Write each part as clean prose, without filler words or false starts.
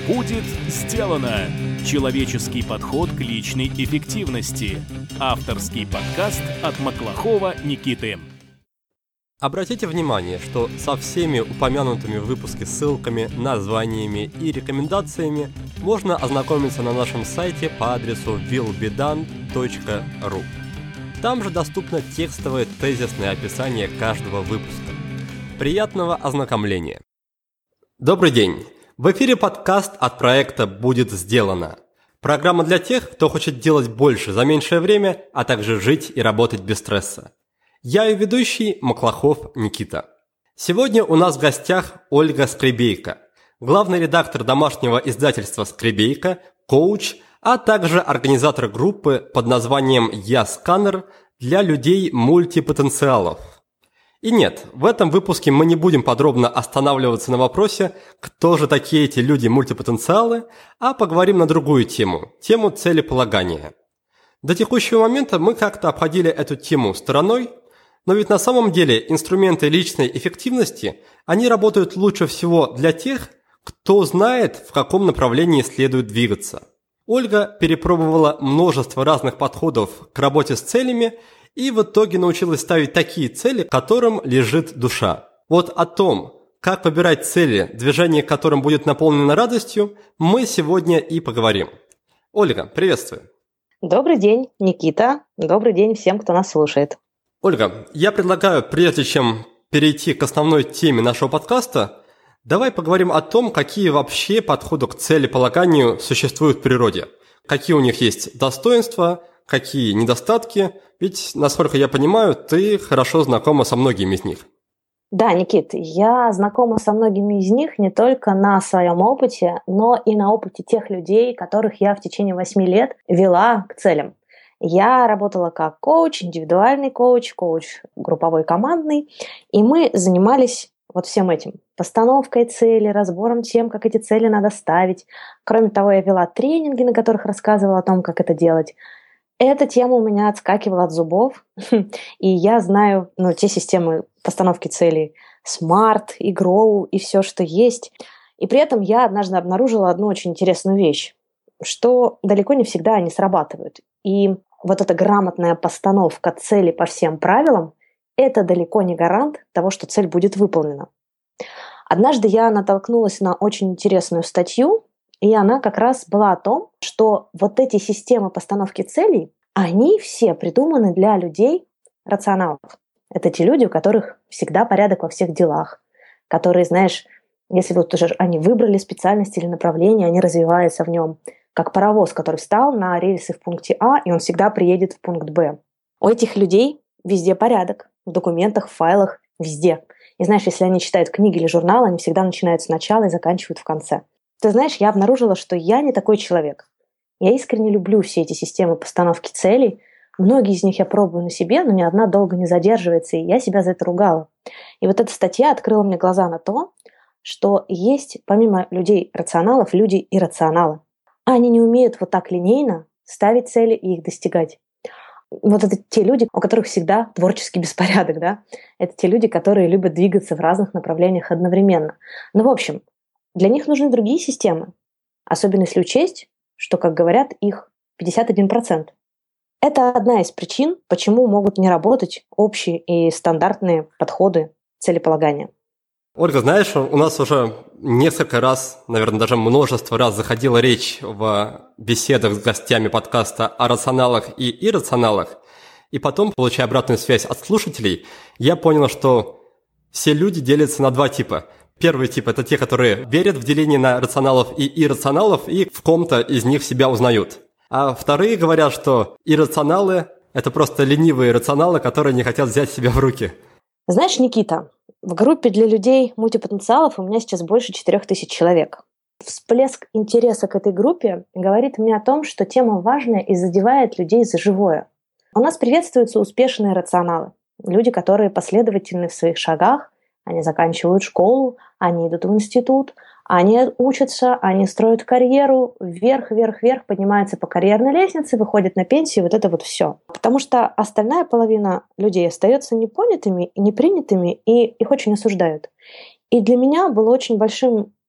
Будет сделано! Человеческий подход к личной эффективности. Авторский подкаст от Маклахова Никиты. Обратите внимание, что со всеми упомянутыми в выпуске ссылками, названиями и рекомендациями можно ознакомиться на нашем сайте по адресу willbedone.ru. Там же доступно текстовое тезисное описание каждого выпуска. Приятного ознакомления! Добрый день! В эфире подкаст от проекта «Будет сделано». Программа для тех, кто хочет делать больше за меньшее время, а также жить и работать без стресса. Я ее ведущий Маклахов Никита. Сегодня у нас в гостях Ольга Скребейко, главный редактор домашнего издательства «Скребейко», коуч, а также организатор группы под названием «Я сканер» для людей мультипотенциалов. И нет, в этом выпуске мы не будем подробно останавливаться на вопросе, кто же такие эти люди-мультипотенциалы, а поговорим на другую тему целеполагания. До текущего момента мы как-то обходили эту тему стороной, но ведь на самом деле инструменты личной эффективности, они работают лучше всего для тех, кто знает, в каком направлении следует двигаться. Ольга перепробовала множество разных подходов к работе с целями и в итоге научилась ставить такие цели, которым лежит душа. Вот о том, как выбирать цели, движение к которым будет наполнено радостью, мы сегодня и поговорим. Ольга, приветствую. Добрый день, Никита. Добрый день всем, кто нас слушает. Ольга, я предлагаю, прежде чем перейти к основной теме нашего подкаста, давай поговорим о том, какие вообще подходы к целеполаганию существуют в природе. Какие у них есть достоинства, какие недостатки, ведь, насколько я понимаю, ты хорошо знакома со многими из них. Да, Никит, я знакома со многими из них не только на своем опыте, но и на опыте тех людей, которых я в течение 8 лет вела к целям. Я работала как коуч, индивидуальный коуч, коуч групповой, командный, и мы занимались вот всем этим. Постановкой цели, разбором тем, как эти цели надо ставить. Кроме того, я вела тренинги, на которых рассказывала о том, как это делать. Эта тема у меня отскакивала от зубов, и я знаю те системы постановки целей SMART и GROW и все, что есть. И при этом я однажды обнаружила одну очень интересную вещь, что далеко не всегда они срабатывают. И вот эта грамотная постановка цели по всем правилам – это далеко не гарант того, что цель будет выполнена. Однажды я натолкнулась на очень интересную статью, и она как раз была о том, что вот эти системы постановки целей, они все придуманы для людей-рационалов. Это те люди, у которых всегда порядок во всех делах, которые, знаешь, если вот уже они выбрали специальность или направление, они развиваются в нем, как паровоз, который встал на рельсы в пункте А, и он всегда приедет в пункт Б. У этих людей везде порядок, в документах, в файлах, везде. И знаешь, если они читают книги или журналы, они всегда начинают сначала и заканчивают в конце. Ты знаешь, я обнаружила, что я не такой человек. Я искренне люблю все эти системы постановки целей. Многие из них я пробую на себе, но ни одна долго не задерживается, и я себя за это ругала. И вот эта статья открыла мне глаза на то, что есть, помимо людей-рационалов, люди иррационалы. Они не умеют вот так линейно ставить цели и их достигать. Вот это те люди, у которых всегда творческий беспорядок, да? Это те люди, которые любят двигаться в разных направлениях одновременно. Ну, в общем, для них нужны другие системы, особенно если учесть, что, как говорят, их 51%. Это одна из причин, почему могут не работать общие и стандартные подходы целеполагания. Ольга, знаешь, у нас уже несколько раз, наверное, даже множество раз заходила речь в беседах с гостями подкаста о рационалах и иррационалах, и потом, получая обратную связь от слушателей, я понял, что все люди делятся на два типа. Первый тип – это те, которые верят в деление на рационалов и иррационалов и в ком-то из них себя узнают. А вторые говорят, что иррационалы – это просто ленивые рационалы, которые не хотят взять себя в руки. Знаешь, Никита, в группе для людей мультипотенциалов у меня сейчас больше 4000 человек. Всплеск интереса к этой группе говорит мне о том, что тема важная и задевает людей за живое. У нас приветствуются успешные рационалы. Люди, которые последовательны в своих шагах, они заканчивают школу, они идут в институт, они учатся, они строят карьеру, вверх, поднимаются по карьерной лестнице, выходят на пенсию, вот это вот все. Потому что остальная половина людей остается непонятыми и непринятыми, и их очень осуждают. И для меня было очень большим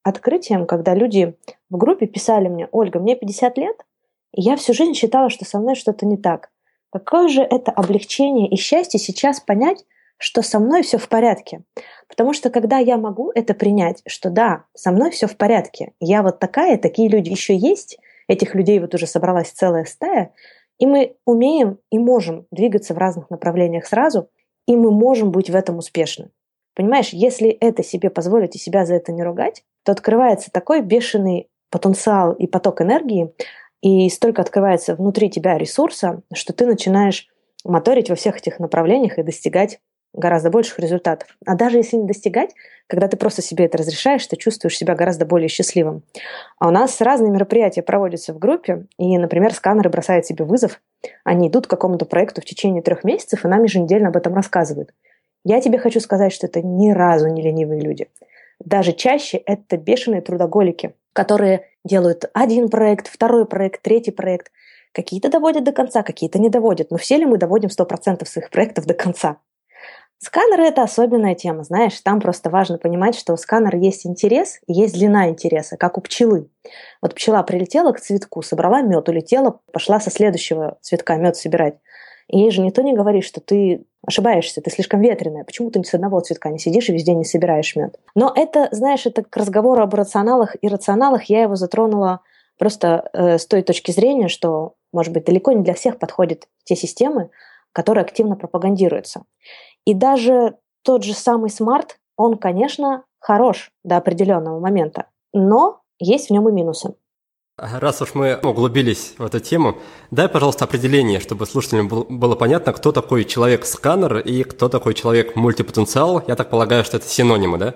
открытием, когда люди в группе писали мне: «Ольга, мне 50 лет, и я всю жизнь считала, что со мной что-то не так. Какое же это облегчение и счастье сейчас понять, что со мной все в порядке». Потому что когда я могу это принять, что да, со мной все в порядке, я вот такая, такие люди еще есть, этих людей вот уже собралась целая стая, и мы умеем и можем двигаться в разных направлениях сразу, и мы можем быть в этом успешны. Понимаешь, если это себе позволить и себя за это не ругать, то открывается такой бешеный потенциал и поток энергии, и столько открывается внутри тебя ресурса, что ты начинаешь моторить во всех этих направлениях и достигать гораздо больших результатов. А даже если не достигать, когда ты просто себе это разрешаешь, ты чувствуешь себя гораздо более счастливым. А у нас разные мероприятия проводятся в группе, и, например, сканеры бросают себе вызов, они идут к какому-то проекту в течение 3 месяцев, и нам еженедельно об этом рассказывают. Я тебе хочу сказать, что это ни разу не ленивые люди. Даже чаще это бешеные трудоголики, которые делают один проект, второй проект, третий проект. Какие-то доводят до конца, какие-то не доводят. Но все ли мы доводим 100% своих проектов до конца? Сканеры – это особенная тема, знаешь, там просто важно понимать, что у сканера есть интерес и есть длина интереса, как у пчелы. Вот пчела прилетела к цветку, собрала мед, улетела, пошла со следующего цветка мед собирать. И ей же никто не говорит, что ты ошибаешься, ты слишком ветреная, почему ты ни с одного цветка не сидишь и везде не собираешь мед. Но это, знаешь, это к разговору об рационалах и рационалах, я его затронула просто с той точки зрения, что, может быть, далеко не для всех подходят те системы, которые активно пропагандируются. И даже тот же самый смарт, он, конечно, хорош до определенного момента, но есть в нем и минусы. Раз уж мы углубились в эту тему, дай, пожалуйста, определение, чтобы слушателям было понятно, кто такой человек-сканер и кто такой человек-мультипотенциал. Я так полагаю, что это синонимы, да?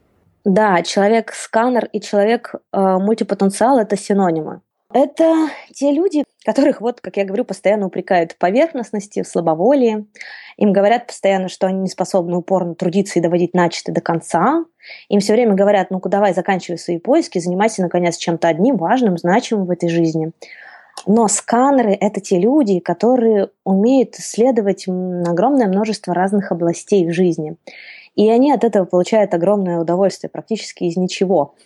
Да, человек-сканер и человек-мультипотенциал – это синонимы. Это те люди, которых, вот, как я говорю, постоянно упрекают в поверхностности, в слабоволии. Им говорят постоянно, что они не способны упорно трудиться и доводить начатое до конца. Им все время говорят: ну-ка давай, заканчивай свои поиски, занимайся, наконец, чем-то одним важным, значимым в этой жизни. Но сканеры – это те люди, которые умеют исследовать огромное множество разных областей в жизни. И они от этого получают огромное удовольствие практически из ничего.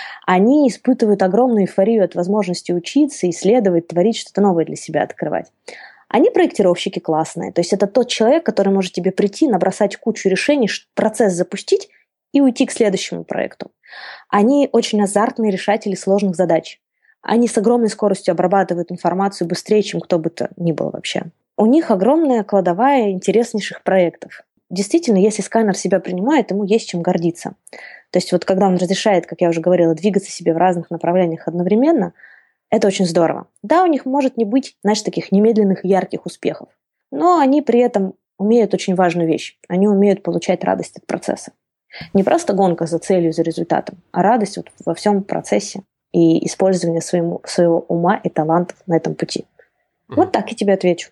Они испытывают огромную эйфорию от возможности учиться, исследовать, творить, что-то новое для себя открывать. Они проектировщики классные. То есть это тот человек, который может тебе прийти, набросать кучу решений, процесс запустить и уйти к следующему проекту. Они очень азартные решатели сложных задач. Они с огромной скоростью обрабатывают информацию быстрее, чем кто бы то ни был вообще. У них огромная кладовая интереснейших проектов. Действительно, если сканер себя принимает, ему есть чем гордиться. То есть вот когда он разрешает, как я уже говорила, двигаться себе в разных направлениях одновременно, это очень здорово. Да, у них может не быть, знаешь, таких немедленных и ярких успехов, но они при этом умеют очень важную вещь. Они умеют получать радость от процесса. Не просто гонка за целью, за результатом, а радость вот во всем процессе и использование своего ума и талантов на этом пути. Вот так я тебе отвечу.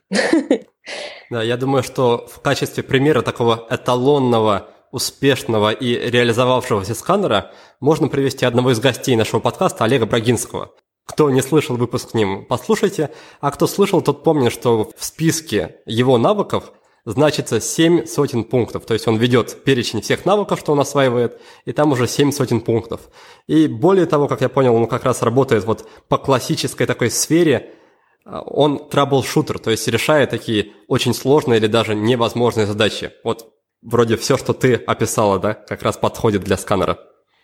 Да, я думаю, что в качестве примера такого эталонного, успешного и реализовавшегося сканера можно привести одного из гостей нашего подкаста, Олега Брагинского. Кто не слышал выпуск с ним, послушайте, а кто слышал, тот помнит, что в списке его навыков значится 7 сотен пунктов. То есть он ведет перечень всех навыков, что он осваивает, и там уже 7 сотен пунктов. И более того, как я понял, он как раз работает вот по классической такой сфере. Он трабл-шутер, то есть решает такие очень сложные или даже невозможные задачи. Вот вроде все, что ты описала, да, как раз подходит для сканера.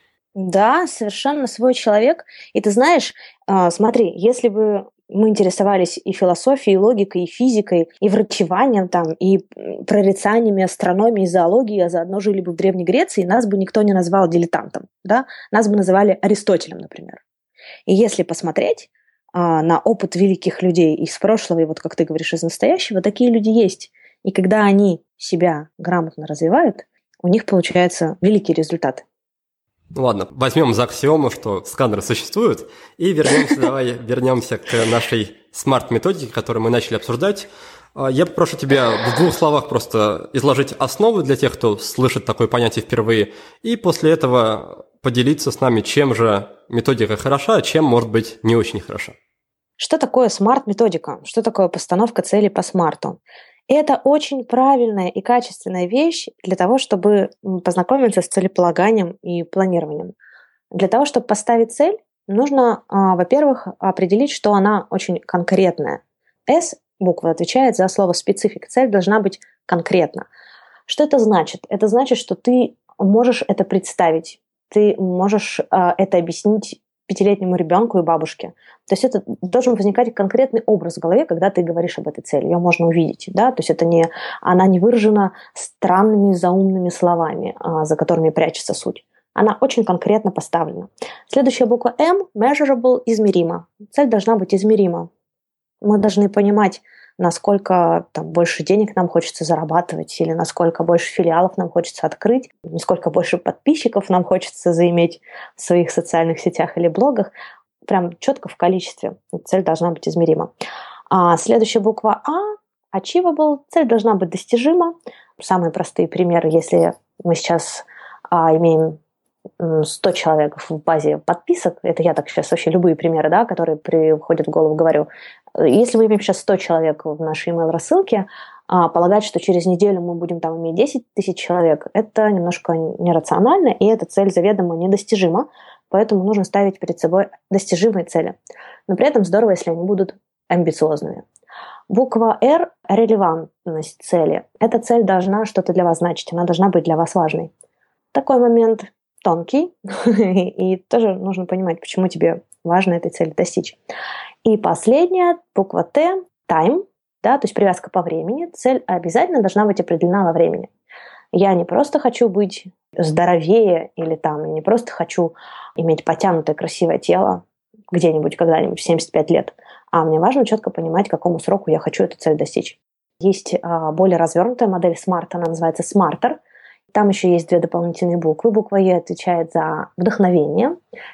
Да, совершенно свой человек. И ты знаешь, смотри, если бы мы интересовались и философией, и логикой, и физикой, и врачеванием, там, и прорицаниями, астрономией, зоологией, а заодно жили бы в Древней Греции, нас бы никто не назвал дилетантом, да? Нас бы называли Аристотелем, например. И если посмотреть на опыт великих людей из прошлого и, вот как ты говоришь, из настоящего, такие люди есть. И когда они себя грамотно развивают, у них получаются великие результаты. Ну ладно, возьмем за аксиому, что сканеры существуют, и вернемся к нашей смарт-методике, которую мы начали обсуждать. Я попрошу тебя в 2 словах просто изложить основы для тех, кто слышит такое понятие впервые, и после этого поделиться с нами, чем же методика хороша, а чем, может быть, не очень хороша. Что такое смарт-методика? Что такое постановка целей по смарту? Это очень правильная и качественная вещь для того, чтобы познакомиться с целеполаганием и планированием. Для того, чтобы поставить цель, нужно, во-первых, определить, что она очень конкретная. S буква отвечает за слово specific. Цель должна быть конкретна. Что это значит? Это значит, что ты можешь это представить, ты можешь это объяснить 5-летнему ребенку и бабушке. То есть это должен возникать конкретный образ в голове, когда ты говоришь об этой цели. Ее можно увидеть. Да? То есть она не выражена странными заумными словами, за которыми прячется суть. Она очень конкретно поставлена. Следующая буква M, measurable, измеримо. Цель должна быть измерима. Мы должны понимать, насколько больше денег нам хочется зарабатывать, или насколько больше филиалов нам хочется открыть, насколько больше подписчиков нам хочется заиметь в своих социальных сетях или блогах. Прям четко в количестве. Цель должна быть измерима. Следующая буква А, achievable. Цель должна быть достижима. Самые простые примеры, если мы сейчас имеем 100 человек в базе подписок, это я так сейчас вообще любые примеры, да, которые приходят в голову, говорю. Если мы имеем сейчас 100 человек в нашей email-рассылке, полагать, что через неделю мы будем там иметь 10 тысяч человек, это немножко нерационально, и эта цель заведомо недостижима, поэтому нужно ставить перед собой достижимые цели. Но при этом здорово, если они будут амбициозными. Буква R – релевантность цели. Эта цель должна что-то для вас значить, она должна быть для вас важной. Такой момент тонкий, и тоже нужно понимать, почему тебе важно этой цели достичь. И последняя, буква T, time, да, то есть привязка по времени. Цель обязательно должна быть определена во времени. Я не просто хочу быть здоровее или не просто хочу иметь потянутое красивое тело где-нибудь, когда-нибудь в 75 лет, а мне важно четко понимать, к какому сроку я хочу эту цель достичь. Есть более развернутая модель SMART, она называется SMARTER. Там еще есть 2 дополнительные буквы. Буква Е отвечает за вдохновение.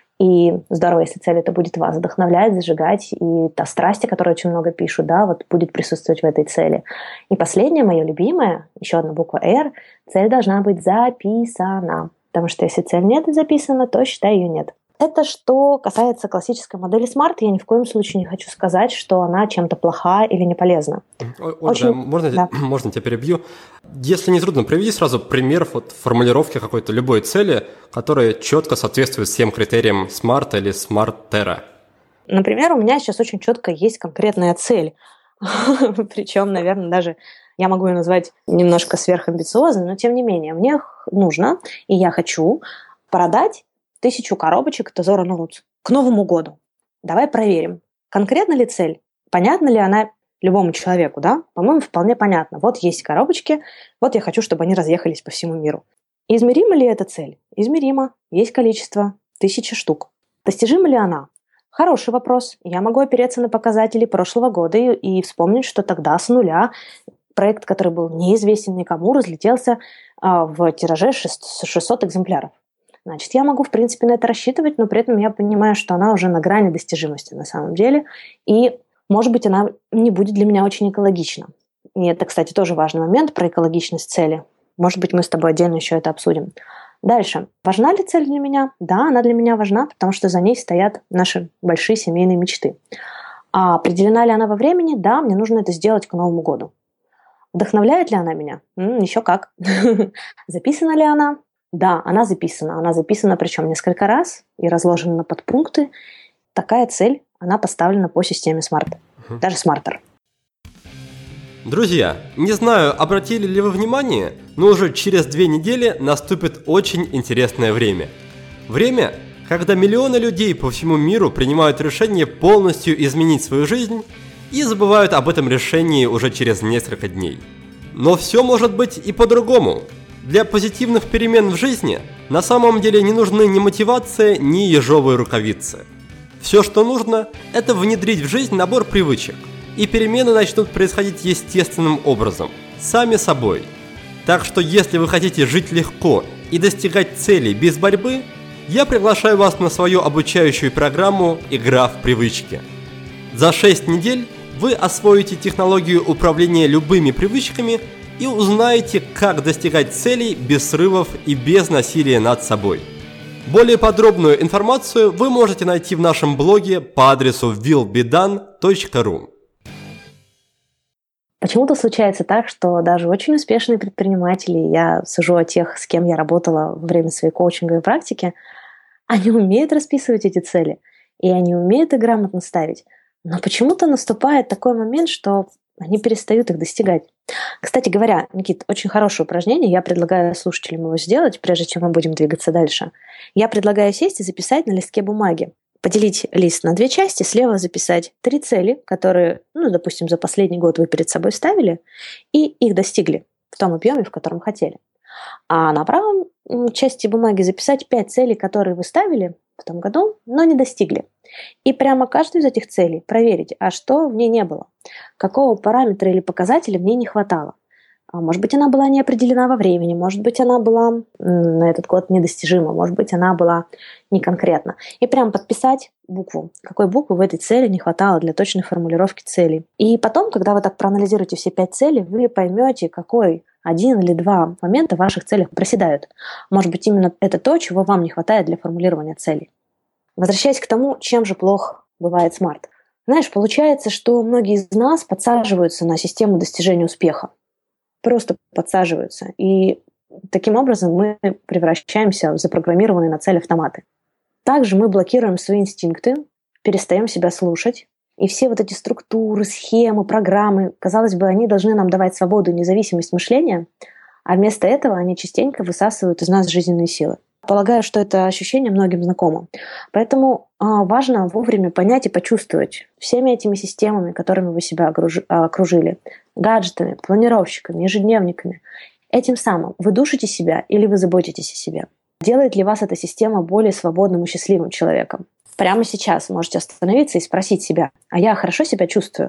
И здорово, если цель это будет вас вдохновлять, зажигать. И та страсть, о которой очень много пишут, да, вот будет присутствовать в этой цели. И последнее, мое любимое, еще одна буква R. Цель должна быть записана. Потому что если цель нет записана, то считай, ее нет. Это что касается классической модели SMART. Я ни в коем случае не хочу сказать, что она чем-то плоха или не полезна. Ольга, можно тебя перебью? Если не трудно, приведи сразу пример формулировки какой-то любой цели, которая четко соответствует всем критериям SMART или SMART-TERA. Например, у меня сейчас очень четко есть конкретная цель. Причем, наверное, даже я могу ее назвать немножко сверхамбициозной, но тем не менее, мне нужно, и я хочу продать 1000 коробочек Tesoro Notes к Новому году. Давай проверим, конкретна ли цель, понятна ли она любому человеку, да? По-моему, вполне понятно. Вот есть коробочки, вот я хочу, чтобы они разъехались по всему миру. Измерима ли эта цель? Измеримо. Есть количество 1000 штук. Достижима ли она? Хороший вопрос. Я могу опереться на показатели прошлого года и вспомнить, что тогда с нуля проект, который был неизвестен никому, разлетелся в тираже 600 экземпляров. Значит, я могу, в принципе, на это рассчитывать, но при этом я понимаю, что она уже на грани достижимости на самом деле, и, может быть, она не будет для меня очень экологична. И это, кстати, тоже важный момент про экологичность цели. Может быть, мы с тобой отдельно еще это обсудим. Дальше. Важна ли цель для меня? Да, она для меня важна, потому что за ней стоят наши большие семейные мечты. А определена ли она во времени? Да, мне нужно это сделать к Новому году. Вдохновляет ли она меня? Еще как. Записана ли она? Да, она записана. Она записана причем несколько раз и разложена на подпункты. Такая цель, она поставлена по системе SMART. Даже SMARTER. Друзья, не знаю, обратили ли вы внимание, но уже через 2 недели наступит очень интересное время. Время, когда миллионы людей по всему миру принимают решение полностью изменить свою жизнь и забывают об этом решении уже через несколько дней. Но все может быть и по-другому. Для позитивных перемен в жизни на самом деле не нужны ни мотивация, ни ежовые рукавицы. Все, что нужно, это внедрить в жизнь набор привычек, и перемены начнут происходить естественным образом, сами собой. Так что если вы хотите жить легко и достигать целей без борьбы, я приглашаю вас на свою обучающую программу «Игра в привычки». За 6 недель вы освоите технологию управления любыми привычками и узнаете, как достигать целей без срывов и без насилия над собой. Более подробную информацию вы можете найти в нашем блоге по адресу willbedone.ru. Почему-то случается так, что даже очень успешные предприниматели, я сужу о тех, с кем я работала во время своей коучинговой практики, Они умеют расписывать эти цели, и они умеют их грамотно ставить. Но почему-то наступает такой момент, что они перестают их достигать. Кстати говоря, Никит, очень хорошее упражнение. Я предлагаю слушателям его сделать, прежде чем мы будем двигаться дальше. Я предлагаю сесть и записать на листке бумаги. Поделить лист на 2 части, слева записать 3 цели, которые, допустим, за последний год вы перед собой ставили, и их достигли в том объеме, в котором хотели. А на правом части бумаги записать 5 целей, которые вы ставили в том году, но не достигли. И прямо каждую из этих целей проверить, а что в ней не было, какого параметра или показателя в ней не хватало. Может быть, она была не определена во времени, может быть, она была на этот год недостижима, может быть, она была не конкретна. И прям подписать букву, какой буквы в этой цели не хватало для точной формулировки целей. И потом, когда вы так проанализируете все 5 целей, вы поймете, какой 1 или 2 момента в ваших целях проседают. Может быть, именно это то, чего вам не хватает для формулирования целей. Возвращаясь к тому, чем же плох бывает смарт. Знаешь, получается, что многие из нас подсаживаются на систему достижения успеха. Просто подсаживаются. И таким образом мы превращаемся в запрограммированные на цель автоматы. Также мы блокируем свои инстинкты, перестаем себя слушать. И все вот эти структуры, схемы, программы, казалось бы, они должны нам давать свободу и независимость мышления, а вместо этого они частенько высасывают из нас жизненные силы. Полагаю, что это ощущение многим знакомо. Поэтому важно вовремя понять и почувствовать всеми этими системами, которыми вы себя окружили, гаджетами, планировщиками, ежедневниками. Этим самым вы душите себя или вы заботитесь о себе? Делает ли вас эта система более свободным и счастливым человеком? Прямо сейчас можете остановиться и спросить себя, а я хорошо себя чувствую?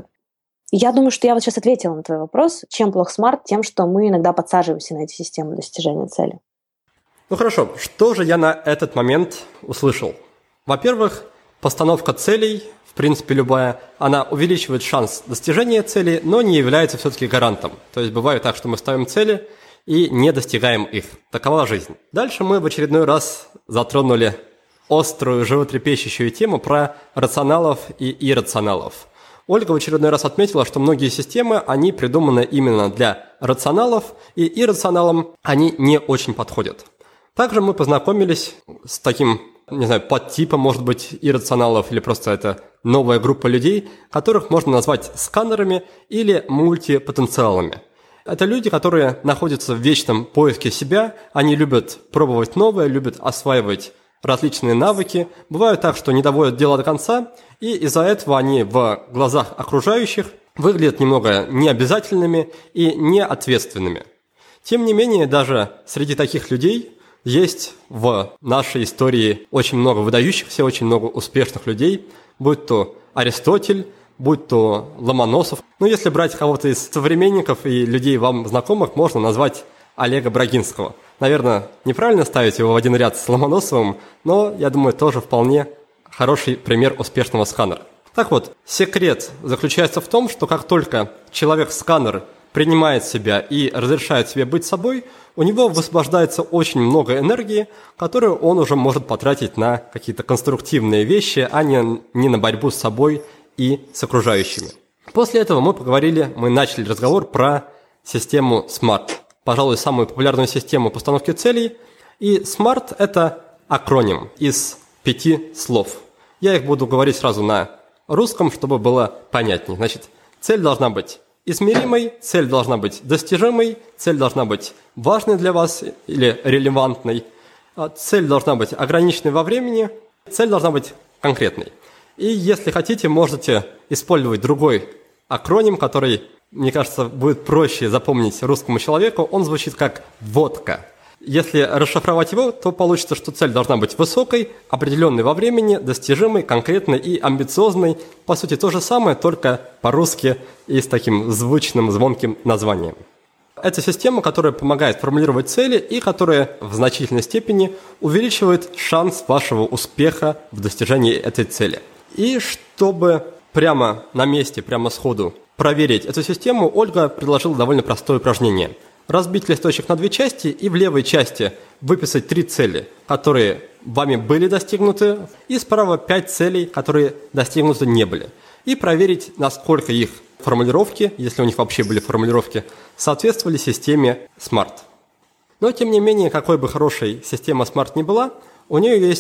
Я думаю, что я вот сейчас ответила на твой вопрос. Чем плох смарт? Тем, что мы иногда подсаживаемся на эти системы достижения цели. Ну хорошо, что же я на этот момент услышал? Во-первых, постановка целей, в принципе любая, она увеличивает шанс достижения цели, но не является все-таки гарантом. То есть бывает так, что мы ставим цели и не достигаем их. Такова жизнь. Дальше мы в очередной раз затронули острую, животрепещущую тему про рационалов и иррационалов. Ольга в очередной раз отметила, что многие системы, они придуманы именно для рационалов, и иррационалам они не очень подходят. Также мы познакомились с таким, подтипом, может быть, иррационалов, или просто это новая группа людей, которых можно назвать сканерами или мультипотенциалами. Это люди, которые находятся в вечном поиске себя, они любят пробовать новое, любят осваивать различные навыки. Бывает так, что не доводят дело до конца, и из-за этого они в глазах окружающих выглядят немного необязательными и неответственными. Тем не менее, даже среди таких людей есть в нашей истории очень много выдающихся, очень много успешных людей, будь то Аристотель, будь то Ломоносов. Если брать кого-то из современников и людей вам знакомых, можно назвать Олега Брагинского. Наверное, неправильно ставить его в один ряд с Ломоносовым, но, я думаю, тоже вполне хороший пример успешного сканера. Так вот, секрет заключается в том, что как только человек-сканер принимает себя и разрешает себе быть собой, у него высвобождается очень много энергии, которую он уже может потратить на какие-то конструктивные вещи, а не на борьбу с собой и с окружающими. После этого мы начали разговор про систему SMART. Пожалуй, самую популярную систему постановки целей. И SMART – это акроним из 5 слов. Я их буду говорить сразу на русском, чтобы было понятнее. Значит, цель должна быть измеримой, цель должна быть достижимой, цель должна быть важной для вас или релевантной, цель должна быть ограниченной во времени, цель должна быть конкретной. И если хотите, можете использовать другой акроним, который, мне кажется, будет проще запомнить русскому человеку. Он звучит как «водка». Если расшифровать его, то получится, что цель должна быть высокой, определенной во времени, достижимой, конкретной и амбициозной. По сути, то же самое, только по-русски и с таким звучным, звонким названием. Это система, которая помогает формулировать цели и которая в значительной степени увеличивает шанс вашего успеха в достижении этой цели. И чтобы прямо на месте, прямо сходу проверить эту систему, Ольга предложила довольно простое упражнение. Разбить листочек на 2 части и в левой части выписать 3 цели, которые вами были достигнуты, и справа 5 целей, которые достигнуты не были. И проверить, насколько их формулировки, если у них вообще были формулировки, соответствовали системе SMART. Но, тем не менее, какой бы хорошей система SMART ни была, у нее есть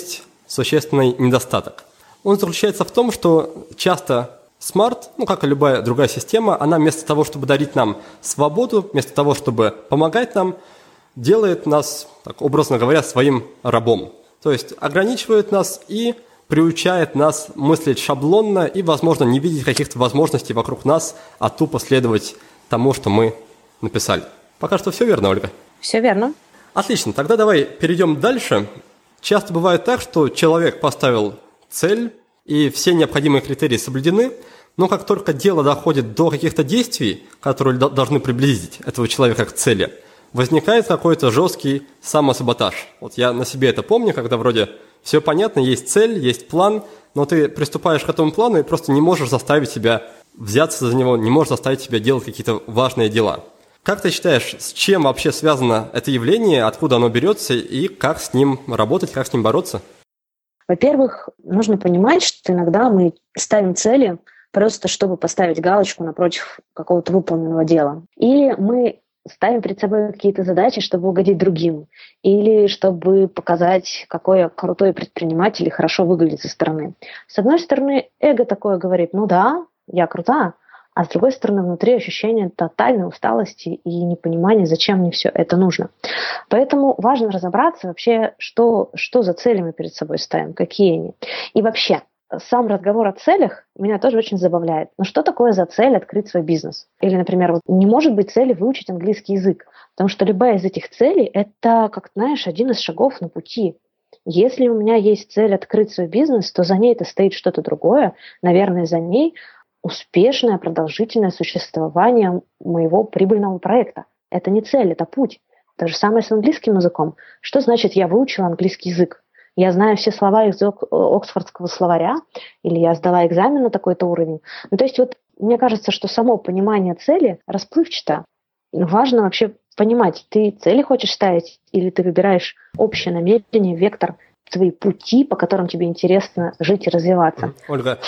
существенный недостаток. Он заключается в том, что часто смарт, как и любая другая система, она вместо того, чтобы дарить нам свободу, вместо того, чтобы помогать нам, делает нас, так образно говоря, своим рабом. То есть ограничивает нас и приучает нас мыслить шаблонно и, возможно, не видеть каких-то возможностей вокруг нас, а тупо следовать тому, что мы написали. Пока что все верно, Ольга? Все верно. Отлично, тогда давай перейдем дальше. Часто бывает так, что человек поставил цель, и все необходимые критерии соблюдены, но как только дело доходит до каких-то действий, которые должны приблизить этого человека к цели, возникает какой-то жесткий самосаботаж. Вот я на себе это помню, когда вроде все понятно, есть цель, есть план, но ты приступаешь к этому плану и просто не можешь заставить себя взяться за него, не можешь заставить себя делать какие-то важные дела. Как ты считаешь, с чем вообще связано это явление, откуда оно берется и как с ним работать, как с ним бороться? Во-первых, нужно понимать, что иногда мы ставим цели просто чтобы поставить галочку напротив какого-то выполненного дела. Или мы ставим перед собой какие-то задачи, чтобы угодить другим, или чтобы показать, какой я крутой предприниматель и хорошо выглядит со стороны. С одной стороны, эго такое говорит, ну да, я крута, а с другой стороны, внутри ощущение тотальной усталости и непонимания, зачем мне все это нужно. Поэтому важно разобраться вообще, что за цели мы перед собой ставим, какие они. И вообще, сам разговор о целях меня тоже очень забавляет. Но что такое за цель открыть свой бизнес? Или, например, не может быть цели выучить английский язык, потому что любая из этих целей – это, как знаешь, один из шагов на пути. Если у меня есть цель открыть свой бизнес, то за ней-то стоит что-то другое. Наверное, за ней успешное, продолжительное существование моего прибыльного проекта. Это не цель, это путь. То же самое с английским языком. Что значит я выучила английский язык? Я знаю все слова из Оксфордского словаря, или я сдала экзамен на такой-то уровень. То есть мне кажется, что само понимание цели расплывчато. Важно вообще понимать, ты цели хочешь ставить, или ты выбираешь общее намерение, вектор, свои пути, по которым тебе интересно жить и развиваться. Ольга,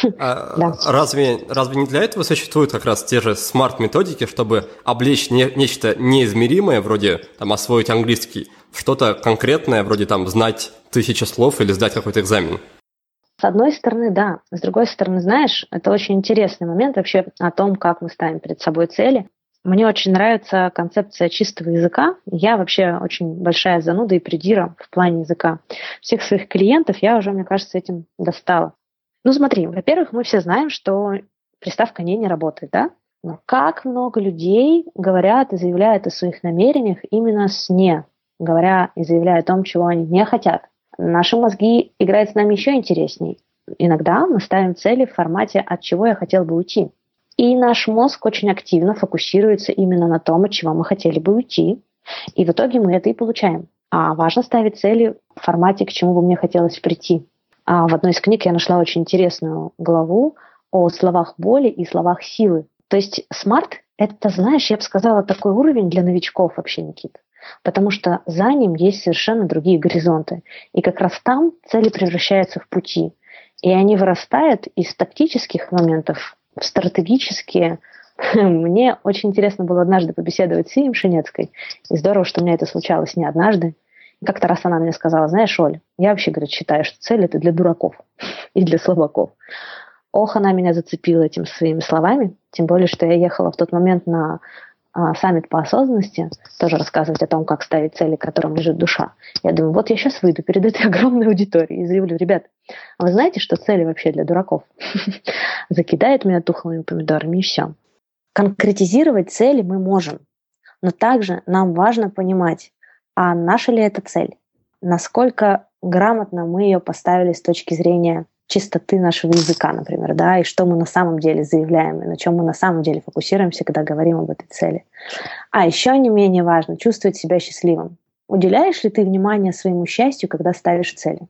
разве не для этого существуют как раз те же смарт-методики, чтобы облечь нечто неизмеримое, вроде освоить английский, в что-то конкретное, вроде знать 1000 слов или сдать какой-то экзамен? С одной стороны, да. С другой стороны, знаешь, это очень интересный момент вообще о том, как мы ставим перед собой цели. Мне очень нравится концепция чистого языка. Я вообще очень большая зануда и придира в плане языка. Всех своих клиентов я уже, мне кажется, этим достала. Смотри, во-первых, мы все знаем, что приставка «не» не работает, да? Но как много людей говорят и заявляют о своих намерениях именно с «не», говоря и заявляя о том, чего они не хотят. Наши мозги играют с нами еще интересней. Иногда мы ставим цели в формате «от чего я хотел бы уйти». И наш мозг очень активно фокусируется именно на том, от чего мы хотели бы уйти. И в итоге мы это и получаем. А важно ставить цели в формате, к чему бы мне хотелось прийти. В одной из книг я нашла очень интересную главу о словах боли и словах силы. То есть смарт – это, знаешь, я бы сказала, такой уровень для новичков вообще, Никит. Потому что за ним есть совершенно другие горизонты. И как раз там цели превращаются в пути. И они вырастают из тактических моментов в стратегические. Мне очень интересно было однажды побеседовать с Ием Шинецкой. И здорово, что мне это случалось не однажды. И как-то раз она мне сказала, знаешь, Оль, я вообще, говорит, считаю, что цель – это для дураков и для слабаков. Ох, она меня зацепила этими своими словами. Тем более, что я ехала в тот момент на саммит по осознанности, тоже рассказывать о том, как ставить цели, к которым лежит душа. Я думаю, вот я сейчас выйду перед этой огромной аудиторией и заявлю, ребят, а вы знаете, что цели вообще для дураков? Закидает меня тухлыми помидорами и все. Конкретизировать цели мы можем, но также нам важно понимать, а наша ли это цель? Насколько грамотно мы ее поставили с точки зрения чистоты нашего языка, например, да, и что мы на самом деле заявляем, и на чем мы на самом деле фокусируемся, когда говорим об этой цели. А еще не менее важно чувствовать себя счастливым. Уделяешь ли ты внимание своему счастью, когда ставишь цели?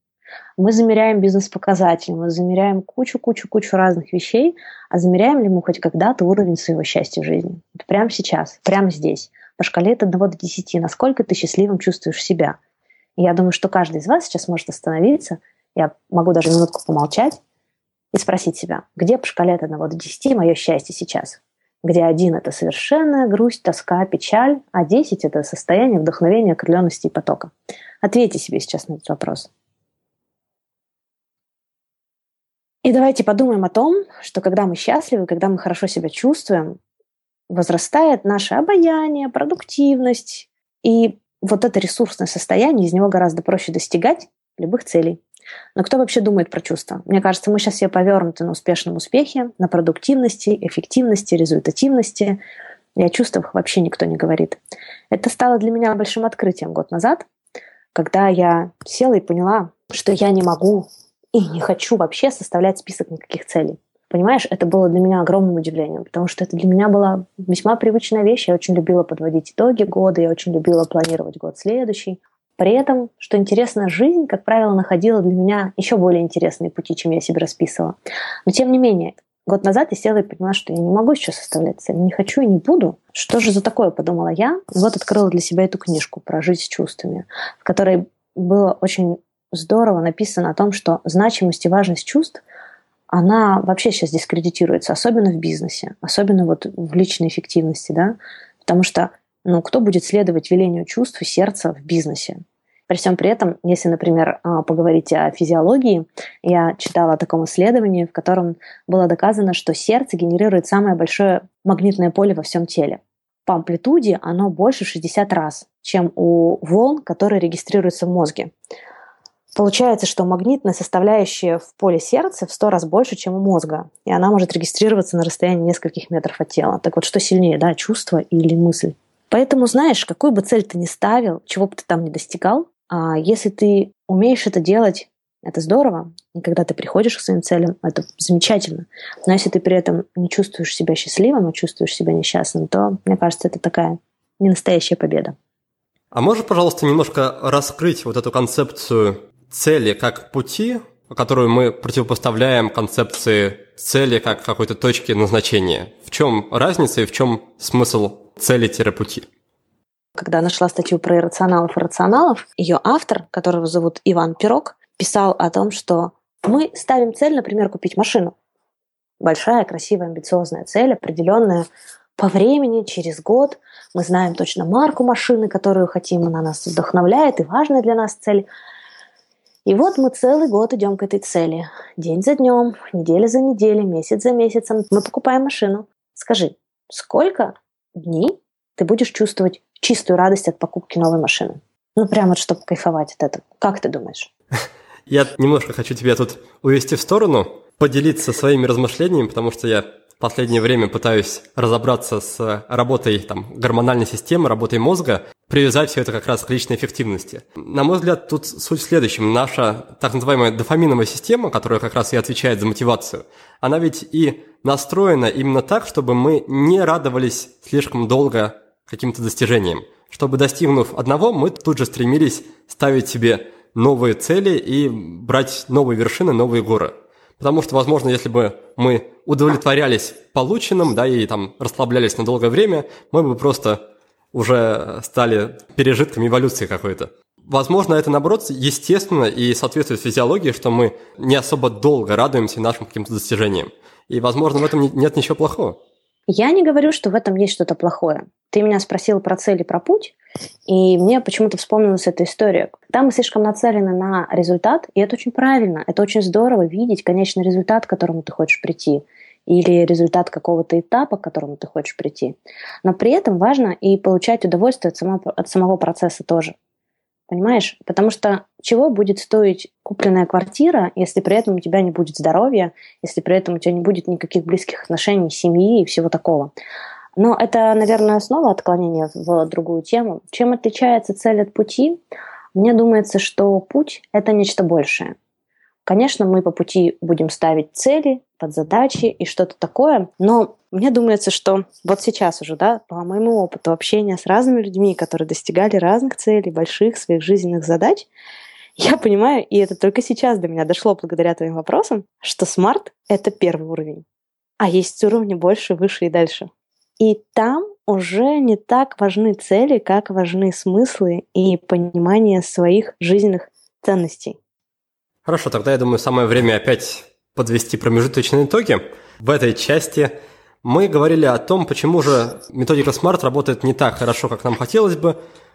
Мы замеряем бизнес-показатели, мы замеряем кучу разных вещей, а замеряем ли мы хоть когда-то уровень своего счастья в жизни? Вот прямо сейчас, прямо здесь, по шкале от 1 до 10, насколько ты счастливым чувствуешь себя? И я думаю, что каждый из вас сейчас может остановиться. Я могу даже минутку помолчать и спросить себя, где по шкале от 1 до 10 мое счастье сейчас? Где 1 – это совершенная грусть, тоска, печаль, а 10 – это состояние вдохновения, окрыленности и потока. Ответьте себе сейчас на этот вопрос. И давайте подумаем о том, что когда мы счастливы, когда мы хорошо себя чувствуем, возрастает наше обаяние, продуктивность. И вот это ресурсное состояние, из него гораздо проще достигать любых целей. Но кто вообще думает про чувства? Мне кажется, мы сейчас все повернуты на успешном успехе, на продуктивности, эффективности, результативности. И о чувствах вообще никто не говорит. Это стало для меня большим открытием год назад, когда я села и поняла, что я не могу и не хочу вообще составлять список никаких целей. Понимаешь, это было для меня огромным удивлением, потому что это для меня была весьма привычная вещь. Я очень любила подводить итоги года, я очень любила планировать год следующий. При этом, что интересно, жизнь, как правило, находила для меня еще более интересные пути, чем я себе расписывала. Но тем не менее, год назад я села и поняла, что я не могу сейчас составлять цели, не хочу и не буду. Что же за такое, подумала я. И вот открыла для себя эту книжку про жизнь с чувствами, в которой было очень здорово написано о том, что значимость и важность чувств, она вообще сейчас дискредитируется, особенно в бизнесе, особенно вот в личной эффективности, да, потому что, кто будет следовать велению чувств и сердца в бизнесе? При всем при этом, если, например, поговорить о физиологии, я читала о таком исследовании, в котором было доказано, что сердце генерирует самое большое магнитное поле во всем теле. По амплитуде оно больше 60 раз, чем у волн, которые регистрируются в мозге. Получается, что магнитная составляющая в поле сердца в 100 раз больше, чем у мозга. И она может регистрироваться на расстоянии нескольких метров от тела. Так вот, что сильнее, да, чувство или мысль? Поэтому, знаешь, какую бы цель ты ни ставил, чего бы ты там ни достигал, если ты умеешь это делать, это здорово. И когда ты приходишь к своим целям, это замечательно. Но если ты при этом не чувствуешь себя счастливым, а чувствуешь себя несчастным, то, мне кажется, это такая ненастоящая победа. А можешь, пожалуйста, немножко раскрыть вот эту концепцию цели как пути, которую мы противопоставляем концепции цели как какой-то точки назначения? В чем разница и в чем смысл цели-пути? Когда нашла статью про иррационалов и рационалов, ее автор, которого зовут Иван Пирог, писал о том, что мы ставим цель, например, купить машину. Большая, красивая, амбициозная цель, определенная по времени, через год. Мы знаем точно марку машины, которую хотим, она нас вдохновляет и важная для нас цель. И вот мы целый год идем к этой цели. День за днем, неделя за неделей, месяц за месяцем. Мы покупаем машину. Скажи, сколько дней ты будешь чувствовать чистую радость от покупки новой машины? Прямо чтобы кайфовать от этого. Как ты думаешь? Я немножко хочу тебя тут увести в сторону, поделиться своими размышлениями, потому что я в последнее время пытаюсь разобраться с работой гормональной системы, работой мозга, привязать все это как раз к личной эффективности. На мой взгляд, тут суть в следующем. Наша так называемая дофаминовая система, которая как раз и отвечает за мотивацию, она ведь и настроена именно так, чтобы мы не радовались слишком долго каким-то достижениям. Чтобы, достигнув одного, мы тут же стремились ставить себе новые цели и брать новые вершины, новые горы. Потому что, возможно, если бы мы удовлетворялись полученным, и расслаблялись на долгое время, мы бы просто уже стали пережитками эволюции какой-то. Возможно, это, наоборот, естественно и соответствует физиологии, что мы не особо долго радуемся нашим каким-то достижениям. И, возможно, в этом нет ничего плохого. Я не говорю, что в этом есть что-то плохое. Ты меня спросил про цель и про путь, и мне почему-то вспомнилась эта история. Когда мы слишком нацелены на результат, и это очень правильно, это очень здорово видеть конечный результат, к которому ты хочешь прийти, или результат какого-то этапа, к которому ты хочешь прийти. Но при этом важно и получать удовольствие от самого процесса тоже. Понимаешь? Потому что чего будет стоить купленная квартира, если при этом у тебя не будет здоровья, если при этом у тебя не будет никаких близких отношений, семьи и всего такого. Но это, наверное, снова отклонение в другую тему. Чем отличается цель от пути? Мне думается, что путь – это нечто большее. Конечно, мы по пути будем ставить цели, подзадачи и что-то такое, но мне думается, что вот сейчас уже, по моему опыту общения с разными людьми, которые достигали разных целей, больших своих жизненных задач, я понимаю, и это только сейчас до меня дошло благодаря твоим вопросам, что смарт – это первый уровень, а есть уровни больше, выше и дальше. И там уже не так важны цели, как важны смыслы и понимание своих жизненных ценностей. Хорошо, тогда, я думаю, самое время опять подвести промежуточные итоги. В этой части мы говорили о том, почему же методика SMART работает не так хорошо, как нам хотелось бы,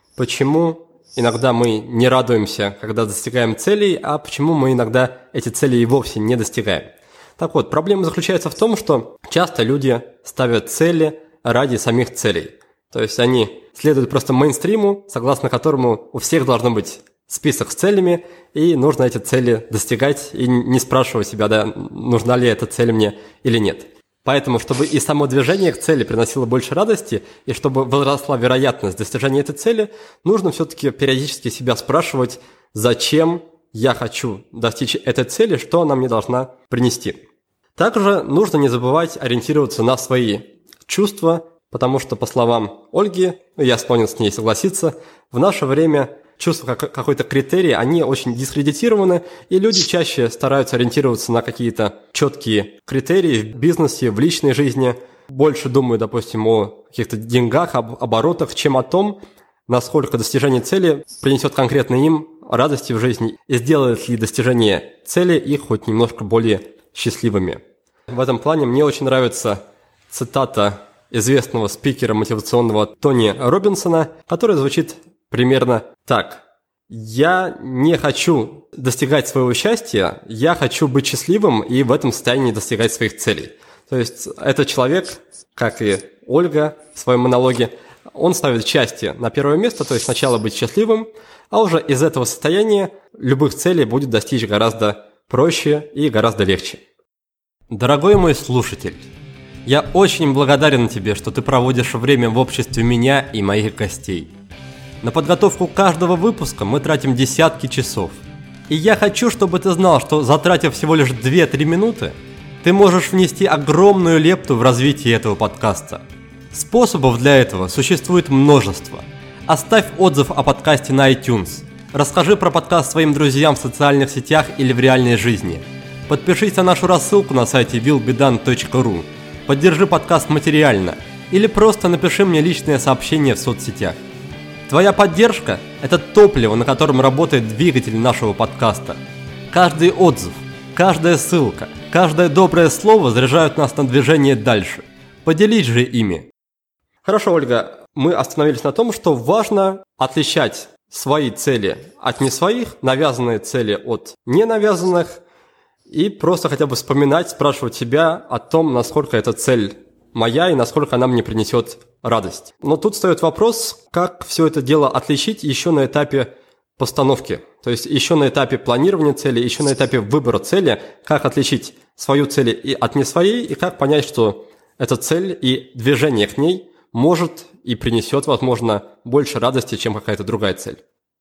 почему иногда мы не радуемся, когда достигаем целей, а почему мы иногда эти цели и вовсе не достигаем. Так вот, проблема заключается в том, что часто люди ставят цели ради самих целей. То есть они следуют просто мейнстриму, согласно которому у всех должен быть список с целями, и нужно эти цели достигать и не спрашивать себя, да, нужна ли эта цель мне или нет. Поэтому, чтобы и само движение к цели приносило больше радости, и чтобы возросла вероятность достижения этой цели, нужно все-таки периодически себя спрашивать, зачем я хочу достичь этой цели, что она мне должна принести. Также нужно не забывать ориентироваться на свои чувства, потому что, по словам Ольги, я склонен с ней согласиться, в наше время чувства как какой-то критерий, они очень дискредитированы, и люди чаще стараются ориентироваться на какие-то четкие критерии в бизнесе, в личной жизни, больше думают, допустим, о каких-то деньгах, об оборотах, чем о том, насколько достижение цели принесет конкретно им радости в жизни и сделает ли достижение цели их хоть немножко более счастливыми. В этом плане мне очень нравится цитата известного спикера мотивационного Тони Робинсона, которая звучит примерно так. Я не хочу достигать своего счастья, я хочу быть счастливым и в этом состоянии достигать своих целей. То есть этот человек, как и Ольга в своем монологе, он ставит счастье на первое место, то есть сначала быть счастливым, а уже из этого состояния любых целей будет достичь гораздо проще и гораздо легче. Дорогой мой слушатель, я очень благодарен тебе, что ты проводишь время в обществе меня и моих гостей. На подготовку каждого выпуска мы тратим десятки часов. И я хочу, чтобы ты знал, что затратив всего лишь 2-3 минуты, ты можешь внести огромную лепту в развитие этого подкаста. Способов для этого существует множество. Оставь отзыв о подкасте на iTunes. Расскажи про подкаст своим друзьям в социальных сетях или в реальной жизни. Подпишись на нашу рассылку на сайте willbedone.ru. Поддержи подкаст материально. Или просто напиши мне личное сообщение в соцсетях. Твоя поддержка – это топливо, на котором работает двигатель нашего подкаста. Каждый отзыв, каждая ссылка, каждое доброе слово заряжают нас на движение дальше. Поделись же ими. Хорошо, Ольга, мы остановились на том, что важно отличать свои цели от не своих, навязанные цели от ненавязанных, и просто хотя бы вспоминать, спрашивать себя о том, насколько эта цель моя и насколько она мне принесет радость. Но тут встает вопрос, как все это дело отличить еще на этапе постановки. То есть еще на этапе планирования цели, еще на этапе выбора цели, как отличить свою цель и от не своей, и как понять, что эта цель и движение к ней может и принесет, возможно, больше радости, чем какая-то другая цель.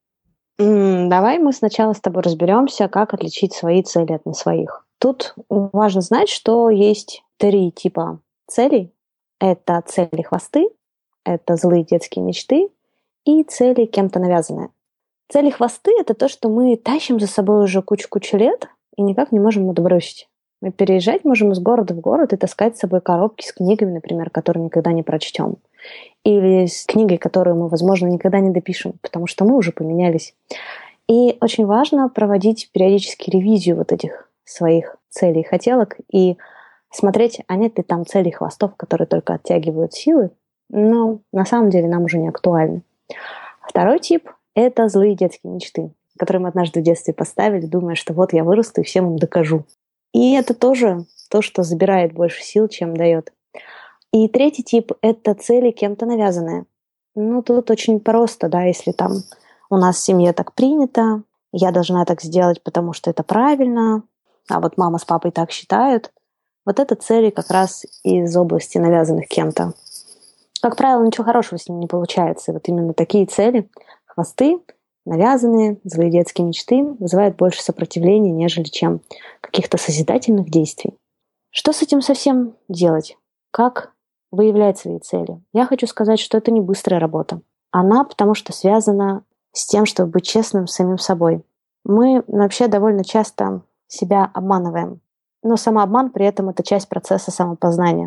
Давай мы сначала с тобой разберемся, как отличить свои цели от не своих. Тут важно знать, что есть 3 типа целей. Это цели-хвосты, это злые детские мечты и цели кем-то навязанные. Цели-хвосты – это то, что мы тащим за собой уже кучу-кучу лет и никак не можем отбросить. Мы переезжать можем из города в город и таскать с собой коробки с книгами, например, которые никогда не прочтем. Или с книгой, которую мы, возможно, никогда не допишем, потому что мы уже поменялись. И очень важно проводить периодически ревизию вот этих своих целей и хотелок и смотреть, а нет ли там целей хвостов, которые только оттягивают силы, но на самом деле нам уже не актуальны. Второй тип – это злые детские мечты, которые мы однажды в детстве поставили, думая, что вот я вырасту и всем им докажу. И это тоже то, что забирает больше сил, чем дает. И третий тип – это цели кем-то навязанные. Ну, тут очень просто, да, если там у нас в семье так принято, я должна так сделать, потому что это правильно, а вот мама с папой так считают. Вот это цели как раз из области навязанных кем-то. Как правило, ничего хорошего с ним не получается. И вот именно такие цели, хвосты, навязанные, злые детские мечты, вызывают больше сопротивления, нежели чем каких-то созидательных действий. Что с этим совсем делать? Как выявлять свои цели? Я хочу сказать, что это не быстрая работа. Она потому что связана с тем, чтобы быть честным с самим собой. Мы вообще довольно часто себя обманываем. Но самообман при этом это часть процесса самопознания.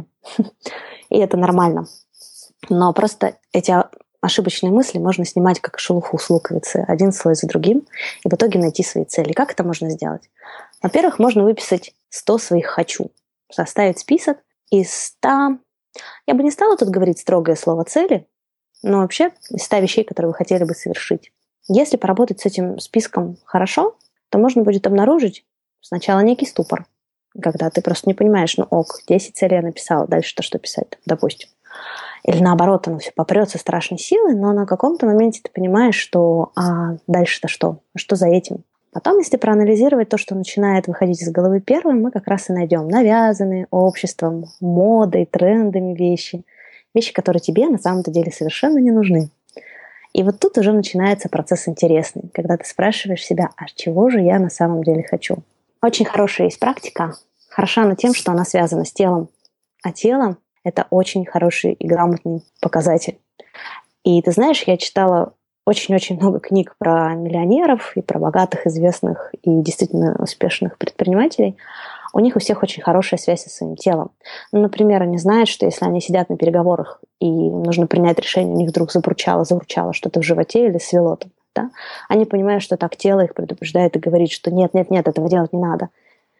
И это нормально. Но просто эти ошибочные мысли можно снимать как шелуху с луковицы, один слой за другим, и в итоге найти свои цели. Как это можно сделать? Во-первых, можно выписать 100 своих «хочу». Составить список из 100... Я бы не стала тут говорить строгое слово «цели», но вообще из 100 вещей, которые вы хотели бы совершить. Если поработать с этим списком хорошо, то можно будет обнаружить сначала некий ступор. когда ты просто не понимаешь, 10 целей я написала, дальше-то что писать, допустим. Или наоборот, оно все попрется страшной силой, но на каком-то моменте ты понимаешь, что дальше-то что? Что за этим? Потом, если проанализировать то, что начинает выходить из головы первым, мы как раз и найдем навязанные обществом, модой, трендами вещи, которые тебе на самом-то деле совершенно не нужны. И вот тут уже начинается процесс интересный, когда ты спрашиваешь себя, а чего же я на самом деле хочу? Очень хорошая есть практика, хороша она тем, что она связана с телом, а тело – это очень хороший и грамотный показатель. И ты знаешь, я читала очень-очень много книг про миллионеров и про богатых, известных и действительно успешных предпринимателей. У них у всех очень хорошая связь со своим телом. Например, они знают, что если они сидят на переговорах и нужно принять решение, у них вдруг забурчало что-то в животе или свело там, да? Они понимают, что так тело их предупреждает и говорит, что нет, этого делать не надо.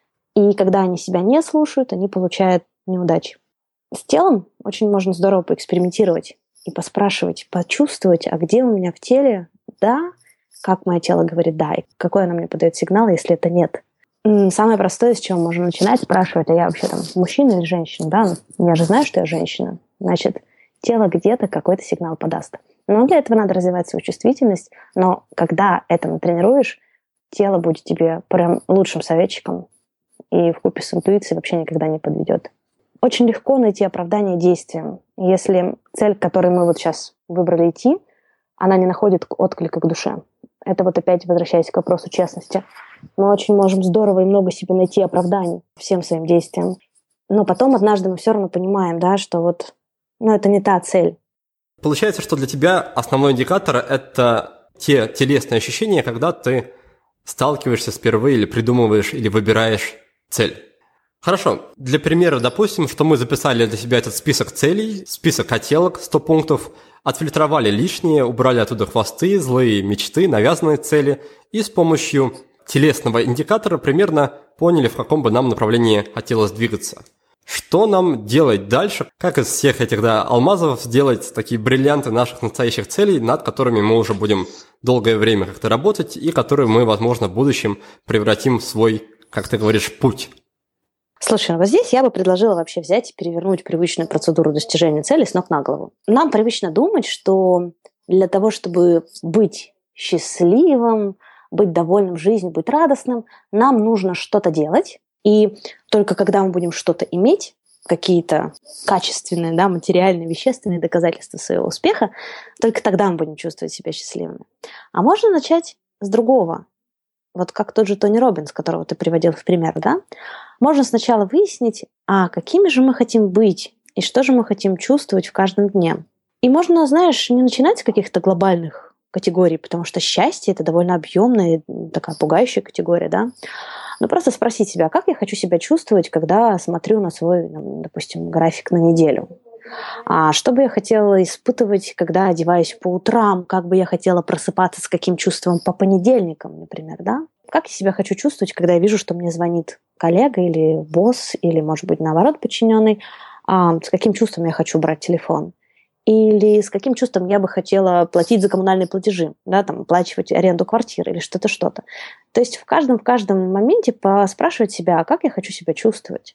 И когда они себя не слушают, они получают неудачи. С телом очень можно здорово поэкспериментировать и поспрашивать, почувствовать, а где у меня в теле «да», как мое тело говорит «да», и какой оно мне подает сигнал, если это «нет». Самое простое, с чего можно начинать, спрашивать, а я вообще там мужчина или женщина, да? Я же знаю, что я женщина. Значит, тело где-то какой-то сигнал подаст. Но для этого надо развивать свою чувствительность, но когда этому тренируешь, тело будет тебе прям лучшим советчиком и вкупе с интуицией вообще никогда не подведет. Очень легко найти оправдание действиям. Если цель, к которой мы вот сейчас выбрали идти, она не находит отклика к душе. Это вот опять возвращаясь к вопросу честности. Мы очень можем здорово и много себе найти оправданий всем своим действиям. Но потом однажды мы все равно понимаем, да, что это не та цель. Получается, что для тебя основной индикатор – это те телесные ощущения, когда ты сталкиваешься впервые или придумываешь, или выбираешь цель. Хорошо. Для примера, допустим, что мы записали для себя этот список целей, список хотелок, 100 пунктов, отфильтровали лишнее, убрали оттуда хвосты, злые мечты, навязанные цели и с помощью телесного индикатора примерно поняли, в каком бы нам направлении хотелось двигаться. Что нам делать дальше? Как из всех этих алмазов сделать такие бриллианты наших настоящих целей, над которыми мы уже будем долгое время как-то работать и которые мы, возможно, в будущем превратим в свой, как ты говоришь, путь? Слушай, вот здесь я бы предложила вообще взять и перевернуть привычную процедуру достижения цели с ног на голову. Нам привычно думать, что для того, чтобы быть счастливым, быть довольным жизнью, быть радостным, нам нужно что-то делать. И только когда мы будем что-то иметь, какие-то качественные, материальные, вещественные доказательства своего успеха, только тогда мы будем чувствовать себя счастливыми. А можно начать с другого. Вот как тот же Тони Роббинс, которого ты приводил в пример, да? Можно сначала выяснить, какими же мы хотим быть и что же мы хотим чувствовать в каждом дне. И можно, не начинать с каких-то глобальных категорий, потому что счастье – это довольно объемная, такая пугающая категория, да? Но просто спросить себя, как я хочу себя чувствовать, когда смотрю на свой, допустим, график на неделю. А что бы я хотела испытывать, когда одеваюсь по утрам? Как бы я хотела просыпаться с каким чувством по понедельникам, например, да? Как я себя хочу чувствовать, когда я вижу, что мне звонит коллега или босс, или, может быть, наоборот, подчиненный? С каким чувством я хочу брать телефон? Или с каким чувством я бы хотела платить за коммунальные платежи, оплачивать аренду квартиры или что-то. То есть в каждом моменте поспрашивать себя, как я хочу себя чувствовать.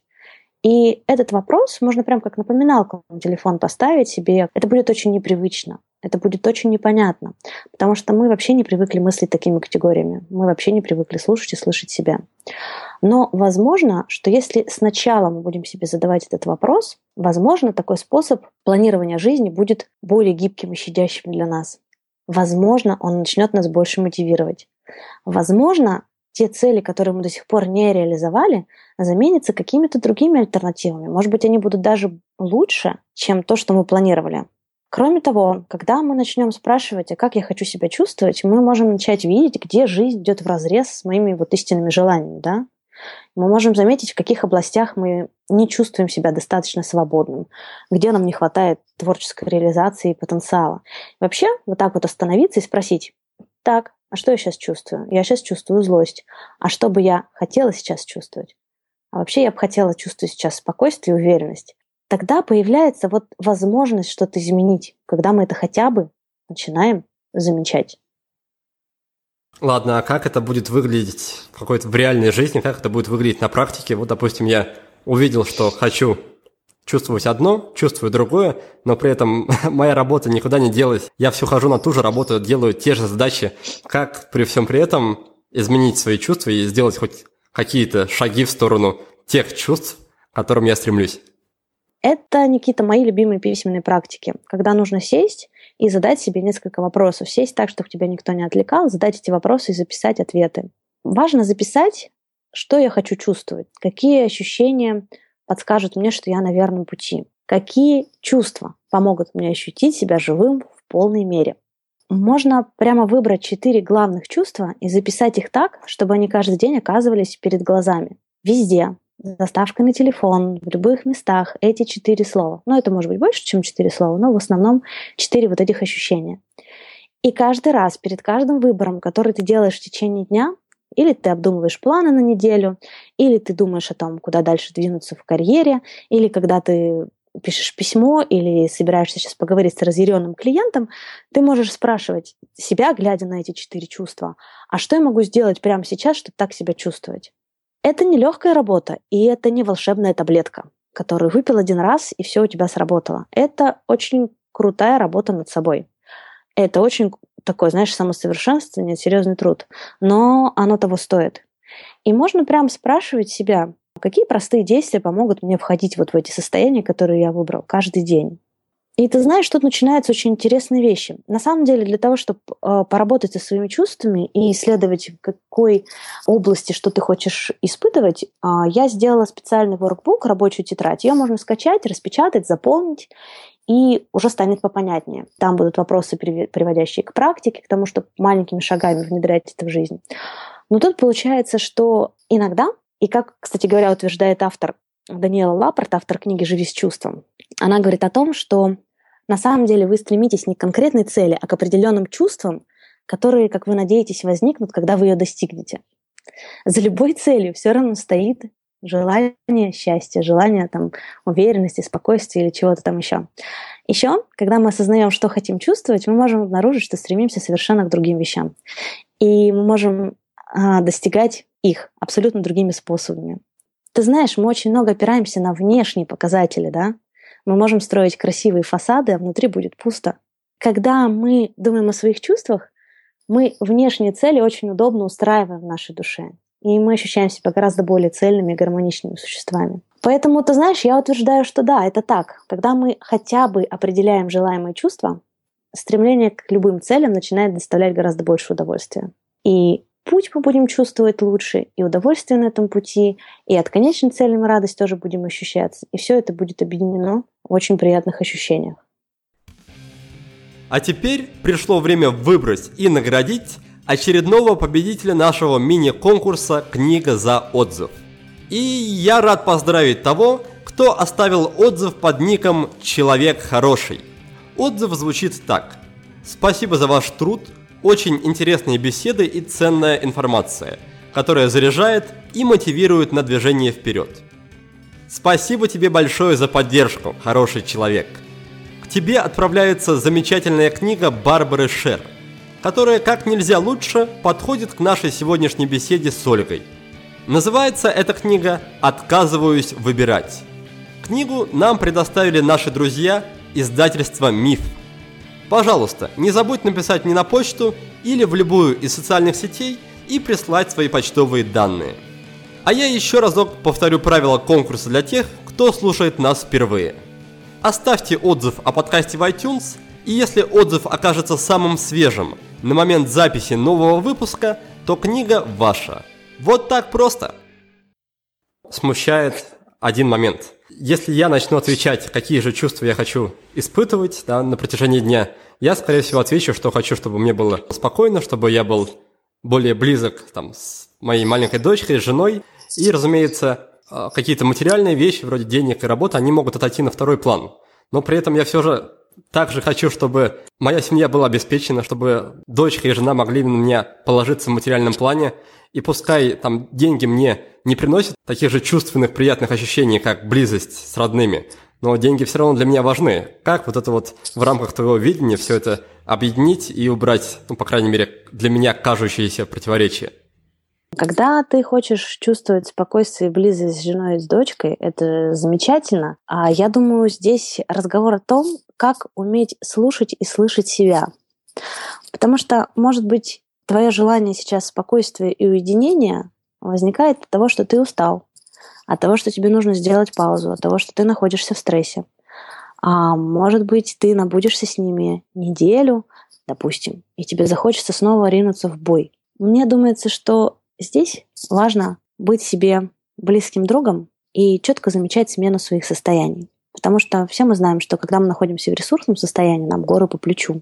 И этот вопрос можно прям как напоминалку на телефон поставить себе. Это будет очень непривычно, это будет очень непонятно, потому что мы вообще не привыкли мыслить такими категориями, мы вообще не привыкли слушать и слышать себя. Но возможно, что если сначала мы будем себе задавать этот вопрос, возможно, такой способ планирования жизни будет более гибким и щадящим для нас. Возможно, он начнет нас больше мотивировать. Возможно, те цели, которые мы до сих пор не реализовали, заменятся какими-то другими альтернативами. Может быть, они будут даже лучше, чем то, что мы планировали. Кроме того, когда мы начнем спрашивать, а как я хочу себя чувствовать, мы можем начать видеть, где жизнь идет вразрез с моими истинными желаниями, да? Мы можем заметить, в каких областях мы не чувствуем себя достаточно свободным, где нам не хватает творческой реализации и потенциала. И вообще, вот так вот остановиться и спросить, так, а что я сейчас чувствую? Я сейчас чувствую злость. А что бы я хотела сейчас чувствовать? А вообще я бы хотела чувствовать сейчас спокойствие и уверенность. Тогда появляется возможность что-то изменить, когда мы это хотя бы начинаем замечать. Ладно, а как это будет выглядеть в реальной жизни, как это будет выглядеть на практике? Вот, допустим, я увидел, что хочу чувствовать одно, чувствую другое, но при этом моя работа никуда не делась. Я все хожу на ту же работу, делаю те же задачи. Как при всем при этом изменить свои чувства и сделать хоть какие-то шаги в сторону тех чувств, к которым я стремлюсь? Это, Никита, мои любимые письменные практики, когда нужно сесть и задать себе несколько вопросов. Сесть так, чтобы тебя никто не отвлекал, задать эти вопросы и записать ответы. Важно записать, что я хочу чувствовать, какие ощущения подскажут мне, что я на верном пути, какие чувства помогут мне ощутить себя живым в полной мере. Можно прямо выбрать 4 главных чувства и записать их так, чтобы они каждый день оказывались перед глазами. Везде. Заставкой на телефон, в любых местах эти 4 слова. Это может быть больше, чем 4 слова, но в основном 4 вот этих ощущения. И каждый раз, перед каждым выбором, который ты делаешь в течение дня, или ты обдумываешь планы на неделю, или ты думаешь о том, куда дальше двинуться в карьере, или когда ты пишешь письмо, или собираешься сейчас поговорить с разъяренным клиентом, ты можешь спрашивать себя, глядя на эти 4 чувства, а что я могу сделать прямо сейчас, чтобы так себя чувствовать? Это не легкая работа, и это не волшебная таблетка, которую выпил один раз, и все у тебя сработало. Это очень крутая работа над собой. Это очень такое, самосовершенствование, серьезный труд. Но оно того стоит. И можно прям спрашивать себя, какие простые действия помогут мне входить вот в эти состояния, которые я выбрал каждый день. И ты знаешь, тут начинаются очень интересные вещи. На самом деле, для того, чтобы поработать со своими чувствами и исследовать, в какой области что ты хочешь испытывать, я сделала специальный воркбук, рабочую тетрадь. Ее можно скачать, распечатать, заполнить, и уже станет попонятнее. Там будут вопросы, приводящие к практике, к тому, чтобы маленькими шагами внедрять это в жизнь. Но тут получается, что иногда, и как, кстати говоря, утверждает автор Даниэла Лапорт, автор книги «Живи с чувством», она говорит о том, что на самом деле вы стремитесь не к конкретной цели, а к определенным чувствам, которые, как вы надеетесь, возникнут, когда вы ее достигнете. За любой целью все равно стоит желание счастья, желание уверенности, спокойствия или чего-то там еще. Еще, когда мы осознаем, что хотим чувствовать, мы можем обнаружить, что стремимся совершенно к другим вещам. И мы можем достигать их абсолютно другими способами. Ты знаешь, мы очень много опираемся на внешние показатели, да? Мы можем строить красивые фасады, а внутри будет пусто. Когда мы думаем о своих чувствах, мы внешние цели очень удобно устраиваем в нашей душе. И мы ощущаем себя гораздо более цельными и гармоничными существами. Поэтому, ты знаешь, я утверждаю, что да, это так. Когда мы хотя бы определяем желаемые чувства, стремление к любым целям начинает доставлять гораздо больше удовольствия. И путь мы будем чувствовать лучше, и удовольствие на этом пути, и от конечной цели мы радость тоже будем ощущать. И все это будет объединено в очень приятных ощущениях. А теперь пришло время выбрать и наградить очередного победителя нашего мини-конкурса «Книга за отзыв». И я рад поздравить того, кто оставил отзыв под ником «Человек хороший». Отзыв звучит так: «Спасибо за ваш труд, очень интересные беседы и ценная информация, которая заряжает и мотивирует на движение вперед. Спасибо тебе большое за поддержку, хороший человек. К тебе отправляется замечательная книга Барбары Шер, которая как нельзя лучше подходит к нашей сегодняшней беседе с Ольгой. Называется эта книга «Отказываюсь выбирать». Книгу нам предоставили наши друзья издательства «Миф». Пожалуйста, не забудь написать мне на почту или в любую из социальных сетей и прислать свои почтовые данные. А я еще разок повторю правила конкурса для тех, кто слушает нас впервые. Оставьте отзыв о подкасте в iTunes, и если отзыв окажется самым свежим на момент записи нового выпуска, то книга ваша. Вот так просто. Смущает один момент. Если я начну отвечать, какие же чувства я хочу испытывать на протяжении дня, я, скорее всего, отвечу, что хочу, чтобы мне было спокойно, чтобы я был более близок с моей маленькой дочкой, с женой. И, разумеется, какие-то материальные вещи, вроде денег и работы, они могут отойти на второй план. Но при этом я все же также хочу, чтобы моя семья была обеспечена, чтобы дочка и жена могли на меня положиться в материальном плане. И пускай деньги мне не приносят таких же чувственных, приятных ощущений, как близость с родными, но деньги все равно для меня важны. Как вот это вот в рамках твоего видения все это объединить и убрать, по крайней мере, для меня кажущиеся противоречия? Когда ты хочешь чувствовать спокойствие и близость с женой и с дочкой, это замечательно. А я думаю, здесь разговор о том, как уметь слушать и слышать себя. Потому что, может быть, твое желание сейчас спокойствия и уединения возникает от того, что ты устал, от того, что тебе нужно сделать паузу, от того, что ты находишься в стрессе. А может быть, ты набудешься с ними неделю, допустим, и тебе захочется снова ринуться в бой. Мне думается, что здесь важно быть себе близким другом и четко замечать смену своих состояний. Потому что все мы знаем, что когда мы находимся в ресурсном состоянии, нам горы по плечу.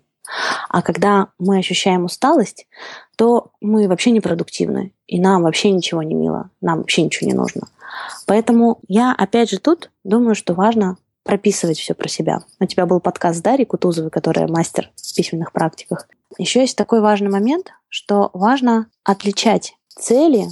А когда мы ощущаем усталость, то мы вообще непродуктивны, и нам вообще ничего не мило, нам вообще ничего не нужно. Поэтому я, опять же, тут думаю, что важно прописывать все про себя. У тебя был подкаст с Дарьей Кутузовой, которая мастер в письменных практиках. Еще есть такой важный момент, что важно отличать цели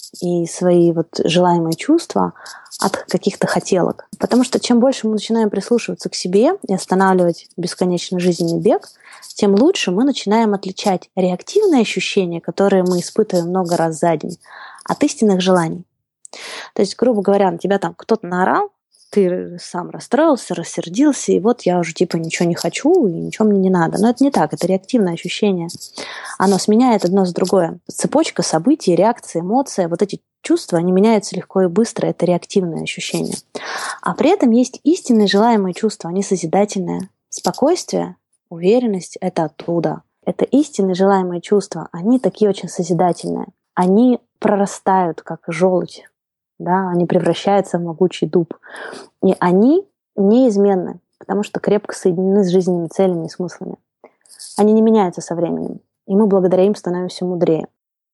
и свои вот желаемые чувства от каких-то хотелок. Потому что чем больше мы начинаем прислушиваться к себе и останавливать бесконечный жизненный бег, тем лучше мы начинаем отличать реактивные ощущения, которые мы испытываем много раз за день, от истинных желаний. То есть, грубо говоря, на тебя там кто-то наорал, ты сам расстроился, рассердился, и вот я уже типа ничего не хочу, и ничего мне не надо. Но это не так, это реактивное ощущение. Оно сменяет одно с другое. Цепочка событий, реакции, эмоции, вот эти чувства, они меняются легко и быстро, это реактивное ощущение. А при этом есть истинные желаемые чувства, они созидательные. Спокойствие, уверенность – это оттуда. Это истинные желаемые чувства, они такие очень созидательные. Они прорастают, как желудь. Да, они превращаются в могучий дуб. И они неизменны, потому что крепко соединены с жизненными целями и смыслами. Они не меняются со временем, и мы благодаря им становимся мудрее.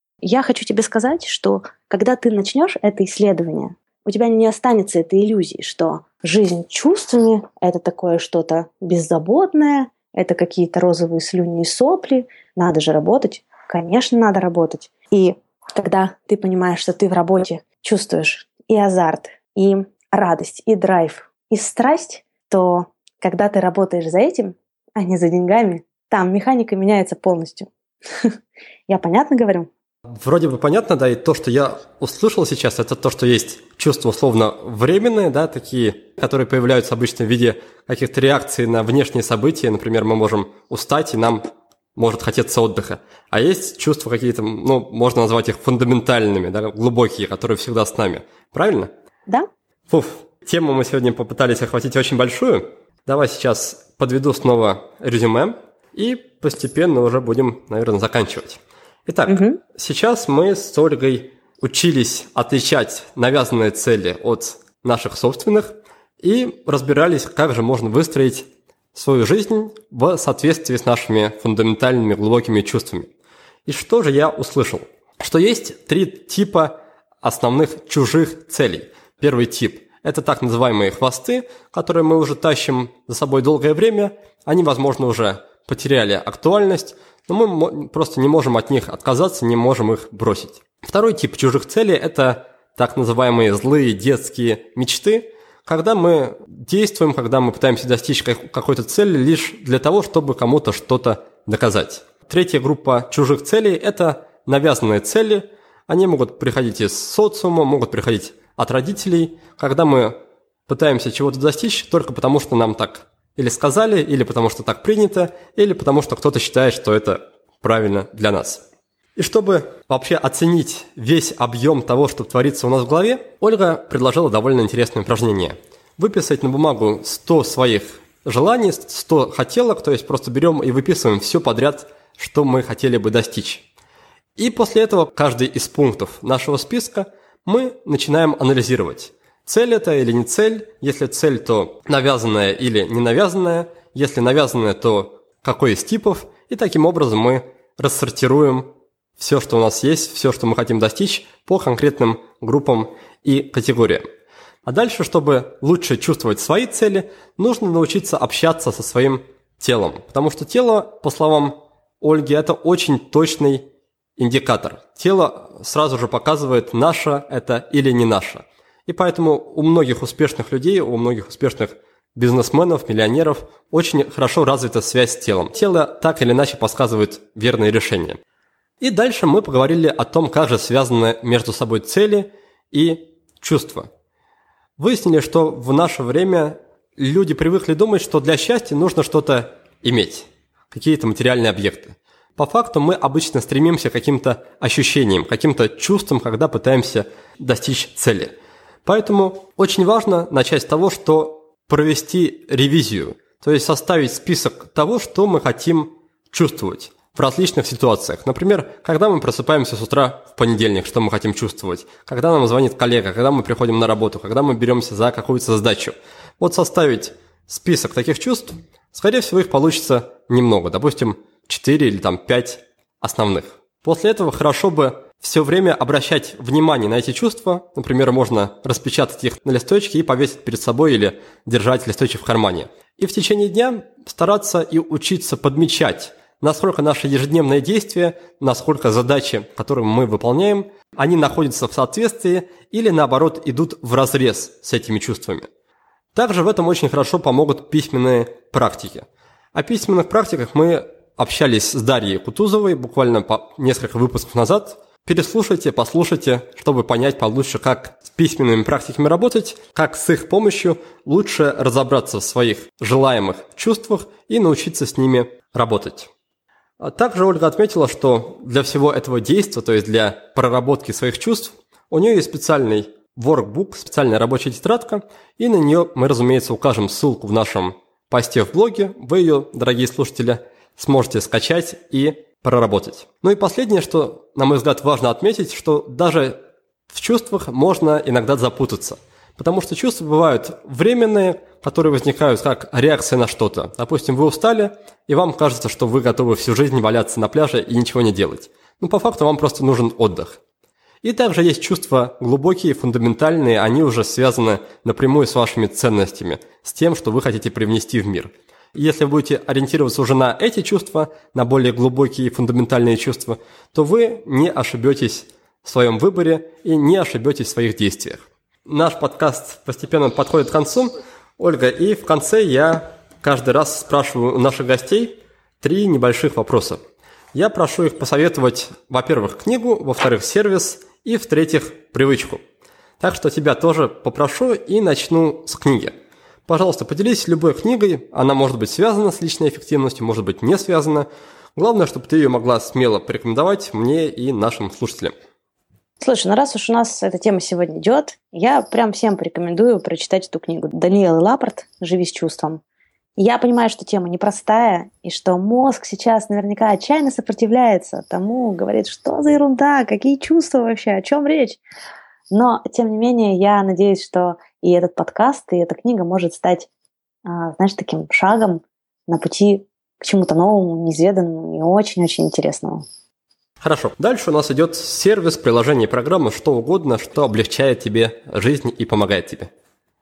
Я хочу тебе сказать, что когда ты начнешь это исследование, у тебя не останется этой иллюзии, что жизнь чувствами – это такое что-то беззаботное, это какие-то розовые слюни и сопли, надо же работать. Конечно, надо работать. И когда ты понимаешь, что ты в работе чувствуешь и азарт, и радость, и драйв, и страсть, то когда ты работаешь за этим, а не за деньгами, там механика меняется полностью. Я понятно говорю? Вроде бы понятно, да, и то, что я услышал сейчас, это то, что есть чувства условно временные, да, такие, которые появляются обычно в виде каких-то реакций на внешние события. Например, мы можем устать, и нам может хотеться отдыха. А есть чувства какие-то, можно назвать их фундаментальными, да, глубокие, которые всегда с нами. Правильно? Да. Тему мы сегодня попытались охватить очень большую. Давай сейчас подведу снова резюме и постепенно уже будем, наверное, заканчивать. Итак, сейчас мы с Ольгой учились отличать навязанные цели от наших собственных и разбирались, как же можно выстроить свою жизнь в соответствии с нашими фундаментальными глубокими чувствами. И что же я услышал? Что есть 3 типа основных чужих целей. Первый тип – это так называемые хвосты, которые мы уже тащим за собой долгое время. Они, возможно, уже потеряли актуальность, но мы просто не можем от них отказаться, не можем их бросить. Второй тип чужих целей – это так называемые злые детские мечты, когда мы действуем, когда мы пытаемся достичь какой-то цели лишь для того, чтобы кому-то что-то доказать. Третья группа чужих целей – это навязанные цели. Они могут приходить из социума, могут приходить от родителей, когда мы пытаемся чего-то достичь только потому, что нам так или сказали, или потому что так принято, или потому что кто-то считает, что это правильно для нас. И чтобы вообще оценить весь объем того, что творится у нас в голове, Ольга предложила довольно интересное упражнение. Выписать на бумагу 100 своих желаний, 100 хотелок, то есть просто берем и выписываем все подряд, что мы хотели бы достичь. И после этого каждый из пунктов нашего списка мы начинаем анализировать. Цель это или не цель? Если цель, то навязанная или не навязанная? Если навязанная, то какой из типов? И таким образом мы рассортируем все, что у нас есть, все, что мы хотим достичь, по конкретным группам и категориям. А дальше, чтобы лучше чувствовать свои цели, нужно научиться общаться со своим телом. Потому что тело, по словам Ольги, это очень точный индикатор. Тело сразу же показывает, наше это или не наше. И поэтому у многих успешных людей, у многих успешных бизнесменов, миллионеров очень хорошо развита связь с телом. Тело так или иначе подсказывает верные решения. И дальше мы поговорили о том, как же связаны между собой цели и чувства. Выяснили, что в наше время люди привыкли думать, что для счастья нужно что-то иметь, какие-то материальные объекты. По факту мы обычно стремимся к каким-то ощущениям, каким-то чувствам, когда пытаемся достичь цели. Поэтому очень важно начать с того, что провести ревизию, то есть составить список того, что мы хотим чувствовать в различных ситуациях. Например, когда мы просыпаемся с утра в понедельник, что мы хотим чувствовать, когда нам звонит коллега, когда мы приходим на работу, когда мы беремся за какую-то задачу. Вот составить список таких чувств, скорее всего, их получится немного, допустим, 4 или 5 основных. После этого хорошо бы все время обращать внимание на эти чувства. Например, можно распечатать их на листочке и повесить перед собой или держать листочек в кармане. И в течение дня стараться и учиться подмечать, насколько наши ежедневные действия, насколько задачи, которые мы выполняем, они находятся в соответствии или, наоборот, идут вразрез с этими чувствами. Также в этом очень хорошо помогут письменные практики. О письменных практиках мы общались с Дарьей Кутузовой буквально несколько выпусков назад. Переслушайте, послушайте, чтобы понять получше, как с письменными практиками работать, как с их помощью лучше разобраться в своих желаемых чувствах и научиться с ними работать. Также Ольга отметила, что для всего этого действия, то есть для проработки своих чувств, у нее есть специальный workbook, специальная рабочая тетрадка, и на нее мы, разумеется, укажем ссылку в нашем посте в блоге. Вы ее, дорогие слушатели, сможете скачать и проработать. Ну и последнее, что, на мой взгляд, важно отметить, что даже в чувствах можно иногда запутаться. Потому что чувства бывают временные, которые возникают как реакция на что-то. Допустим, вы устали, и вам кажется, что вы готовы всю жизнь валяться на пляже и ничего не делать. Но по факту вам просто нужен отдых. И также есть чувства глубокие, фундаментальные, они уже связаны напрямую с вашими ценностями, с тем, что вы хотите привнести в мир. И если вы будете ориентироваться уже на эти чувства, на более глубокие и фундаментальные чувства, то вы не ошибетесь в своем выборе и не ошибетесь в своих действиях. Наш подкаст постепенно подходит к концу, Ольга, и в конце я каждый раз спрашиваю у наших гостей 3 небольших вопроса. Я прошу их посоветовать, во-первых, книгу, во-вторых, сервис и, в-третьих, привычку. Так что тебя тоже попрошу и начну с книги. Пожалуйста, поделись любой книгой, она может быть связана с личной эффективностью, может быть не связана. Главное, чтобы ты ее могла смело порекомендовать мне и нашим слушателям. Слушай, ну раз уж у нас эта тема сегодня идет, я прям всем порекомендую прочитать эту книгу. Даниэлы Лапорт «Живи с чувством». Я понимаю, что тема непростая, и что мозг сейчас наверняка отчаянно сопротивляется тому, говорит, что за ерунда, какие чувства вообще, о чем речь. Но, тем не менее, я надеюсь, что и этот подкаст, и эта книга может стать, знаешь, таким шагом на пути к чему-то новому, неизведанному и очень-очень интересному. Хорошо. Дальше у нас идет сервис, приложение, программа, что угодно, что облегчает тебе жизнь и помогает тебе.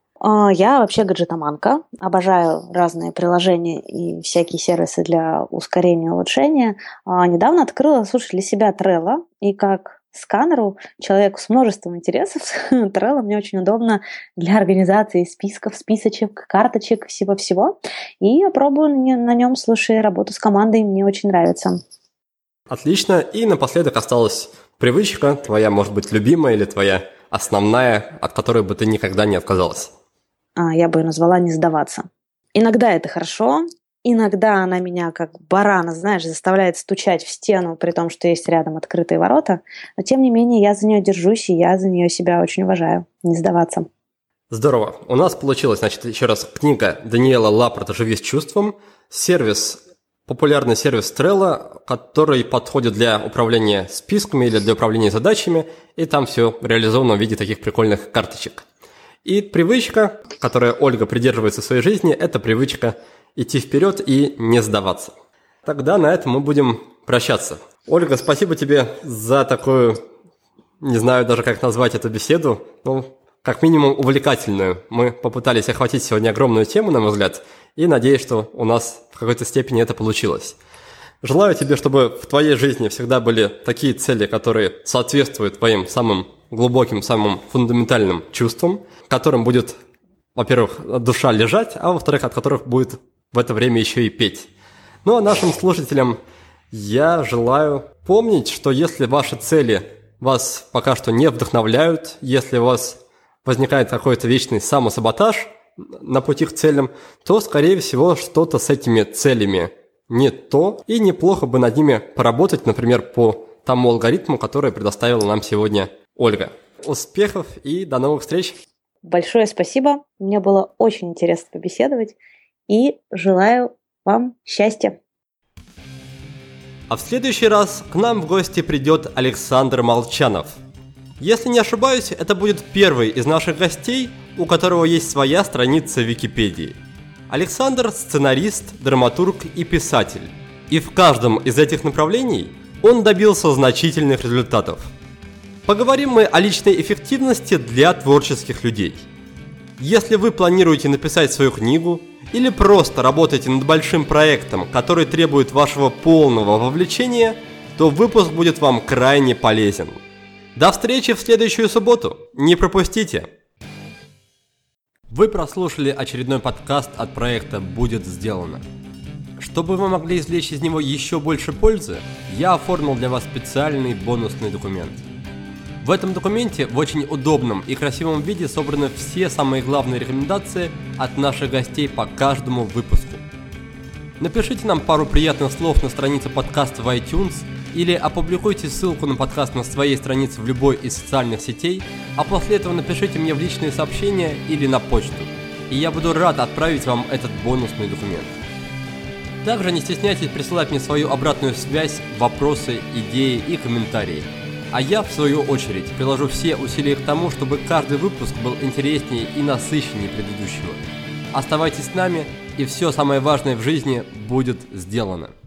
Я вообще гаджетоманка, обожаю разные приложения и всякие сервисы для ускорения и улучшения. Недавно открыла, слушай, для себя Trello, и как сканеру, человеку с множеством интересов, Trello мне очень удобно для организации списков, списочек, карточек, всего-всего. И я пробую на нем, слушай, работу с командой, мне очень нравится. Отлично. И напоследок осталась привычка, твоя, может быть, любимая или твоя основная, от которой бы ты никогда не отказалась. Я бы ее назвала «не сдаваться». Иногда это хорошо, иногда она меня как барана, знаешь, заставляет стучать в стену, при том, что есть рядом открытые ворота, но тем не менее я за нее держусь, и я за нее себя очень уважаю. Не сдаваться. Здорово. У нас получилась, значит, еще раз книга Даниэла Лапорта «Живи с чувством», сервис, популярный сервис Trello, который подходит для управления списками или для управления задачами, и там все реализовано в виде таких прикольных карточек. И привычка, которой Ольга придерживается в своей жизни, это привычка идти вперед и не сдаваться. Тогда на этом мы будем прощаться. Ольга, спасибо тебе за такую, не знаю даже как назвать эту беседу, как минимум увлекательную. Мы попытались охватить сегодня огромную тему, на мой взгляд, и надеюсь, что у нас в какой-то степени это получилось. Желаю тебе, чтобы в твоей жизни всегда были такие цели, которые соответствуют твоим самым глубоким, самым фундаментальным чувствам, которым будет во-первых, душа лежать, а во-вторых, от которых будет в это время еще и петь. Ну а нашим слушателям я желаю помнить, что если ваши цели вас пока что не вдохновляют, если у вас возникает какой-то вечный самосаботаж на пути к целям, то, скорее всего, что-то с этими целями не то, и неплохо бы над ними поработать, например, по тому алгоритму, который предоставила нам сегодня Ольга. Успехов и до новых встреч! Большое спасибо, мне было очень интересно побеседовать, и желаю вам счастья! А в следующий раз к нам в гости придет Александр Молчанов. Если не ошибаюсь, это будет первый из наших гостей, у которого есть своя страница в Википедии. Александр – сценарист, драматург и писатель. И в каждом из этих направлений он добился значительных результатов. Поговорим мы о личной эффективности для творческих людей. Если вы планируете написать свою книгу или просто работаете над большим проектом, который требует вашего полного вовлечения, то выпуск будет вам крайне полезен. До встречи в следующую субботу. Не пропустите! Вы прослушали очередной подкаст от проекта «Будет сделано». Чтобы вы могли извлечь из него еще больше пользы, я оформил для вас специальный бонусный документ. В этом документе в очень удобном и красивом виде собраны все самые главные рекомендации от наших гостей по каждому выпуску. Напишите нам пару приятных слов на странице подкаста в iTunes или опубликуйте ссылку на подкаст на своей странице в любой из социальных сетей, а после этого напишите мне в личные сообщения или на почту, и я буду рад отправить вам этот бонусный документ. Также не стесняйтесь присылать мне свою обратную связь, вопросы, идеи и комментарии. А я, в свою очередь, приложу все усилия к тому, чтобы каждый выпуск был интереснее и насыщеннее предыдущего. Оставайтесь с нами, и все самое важное в жизни будет сделано.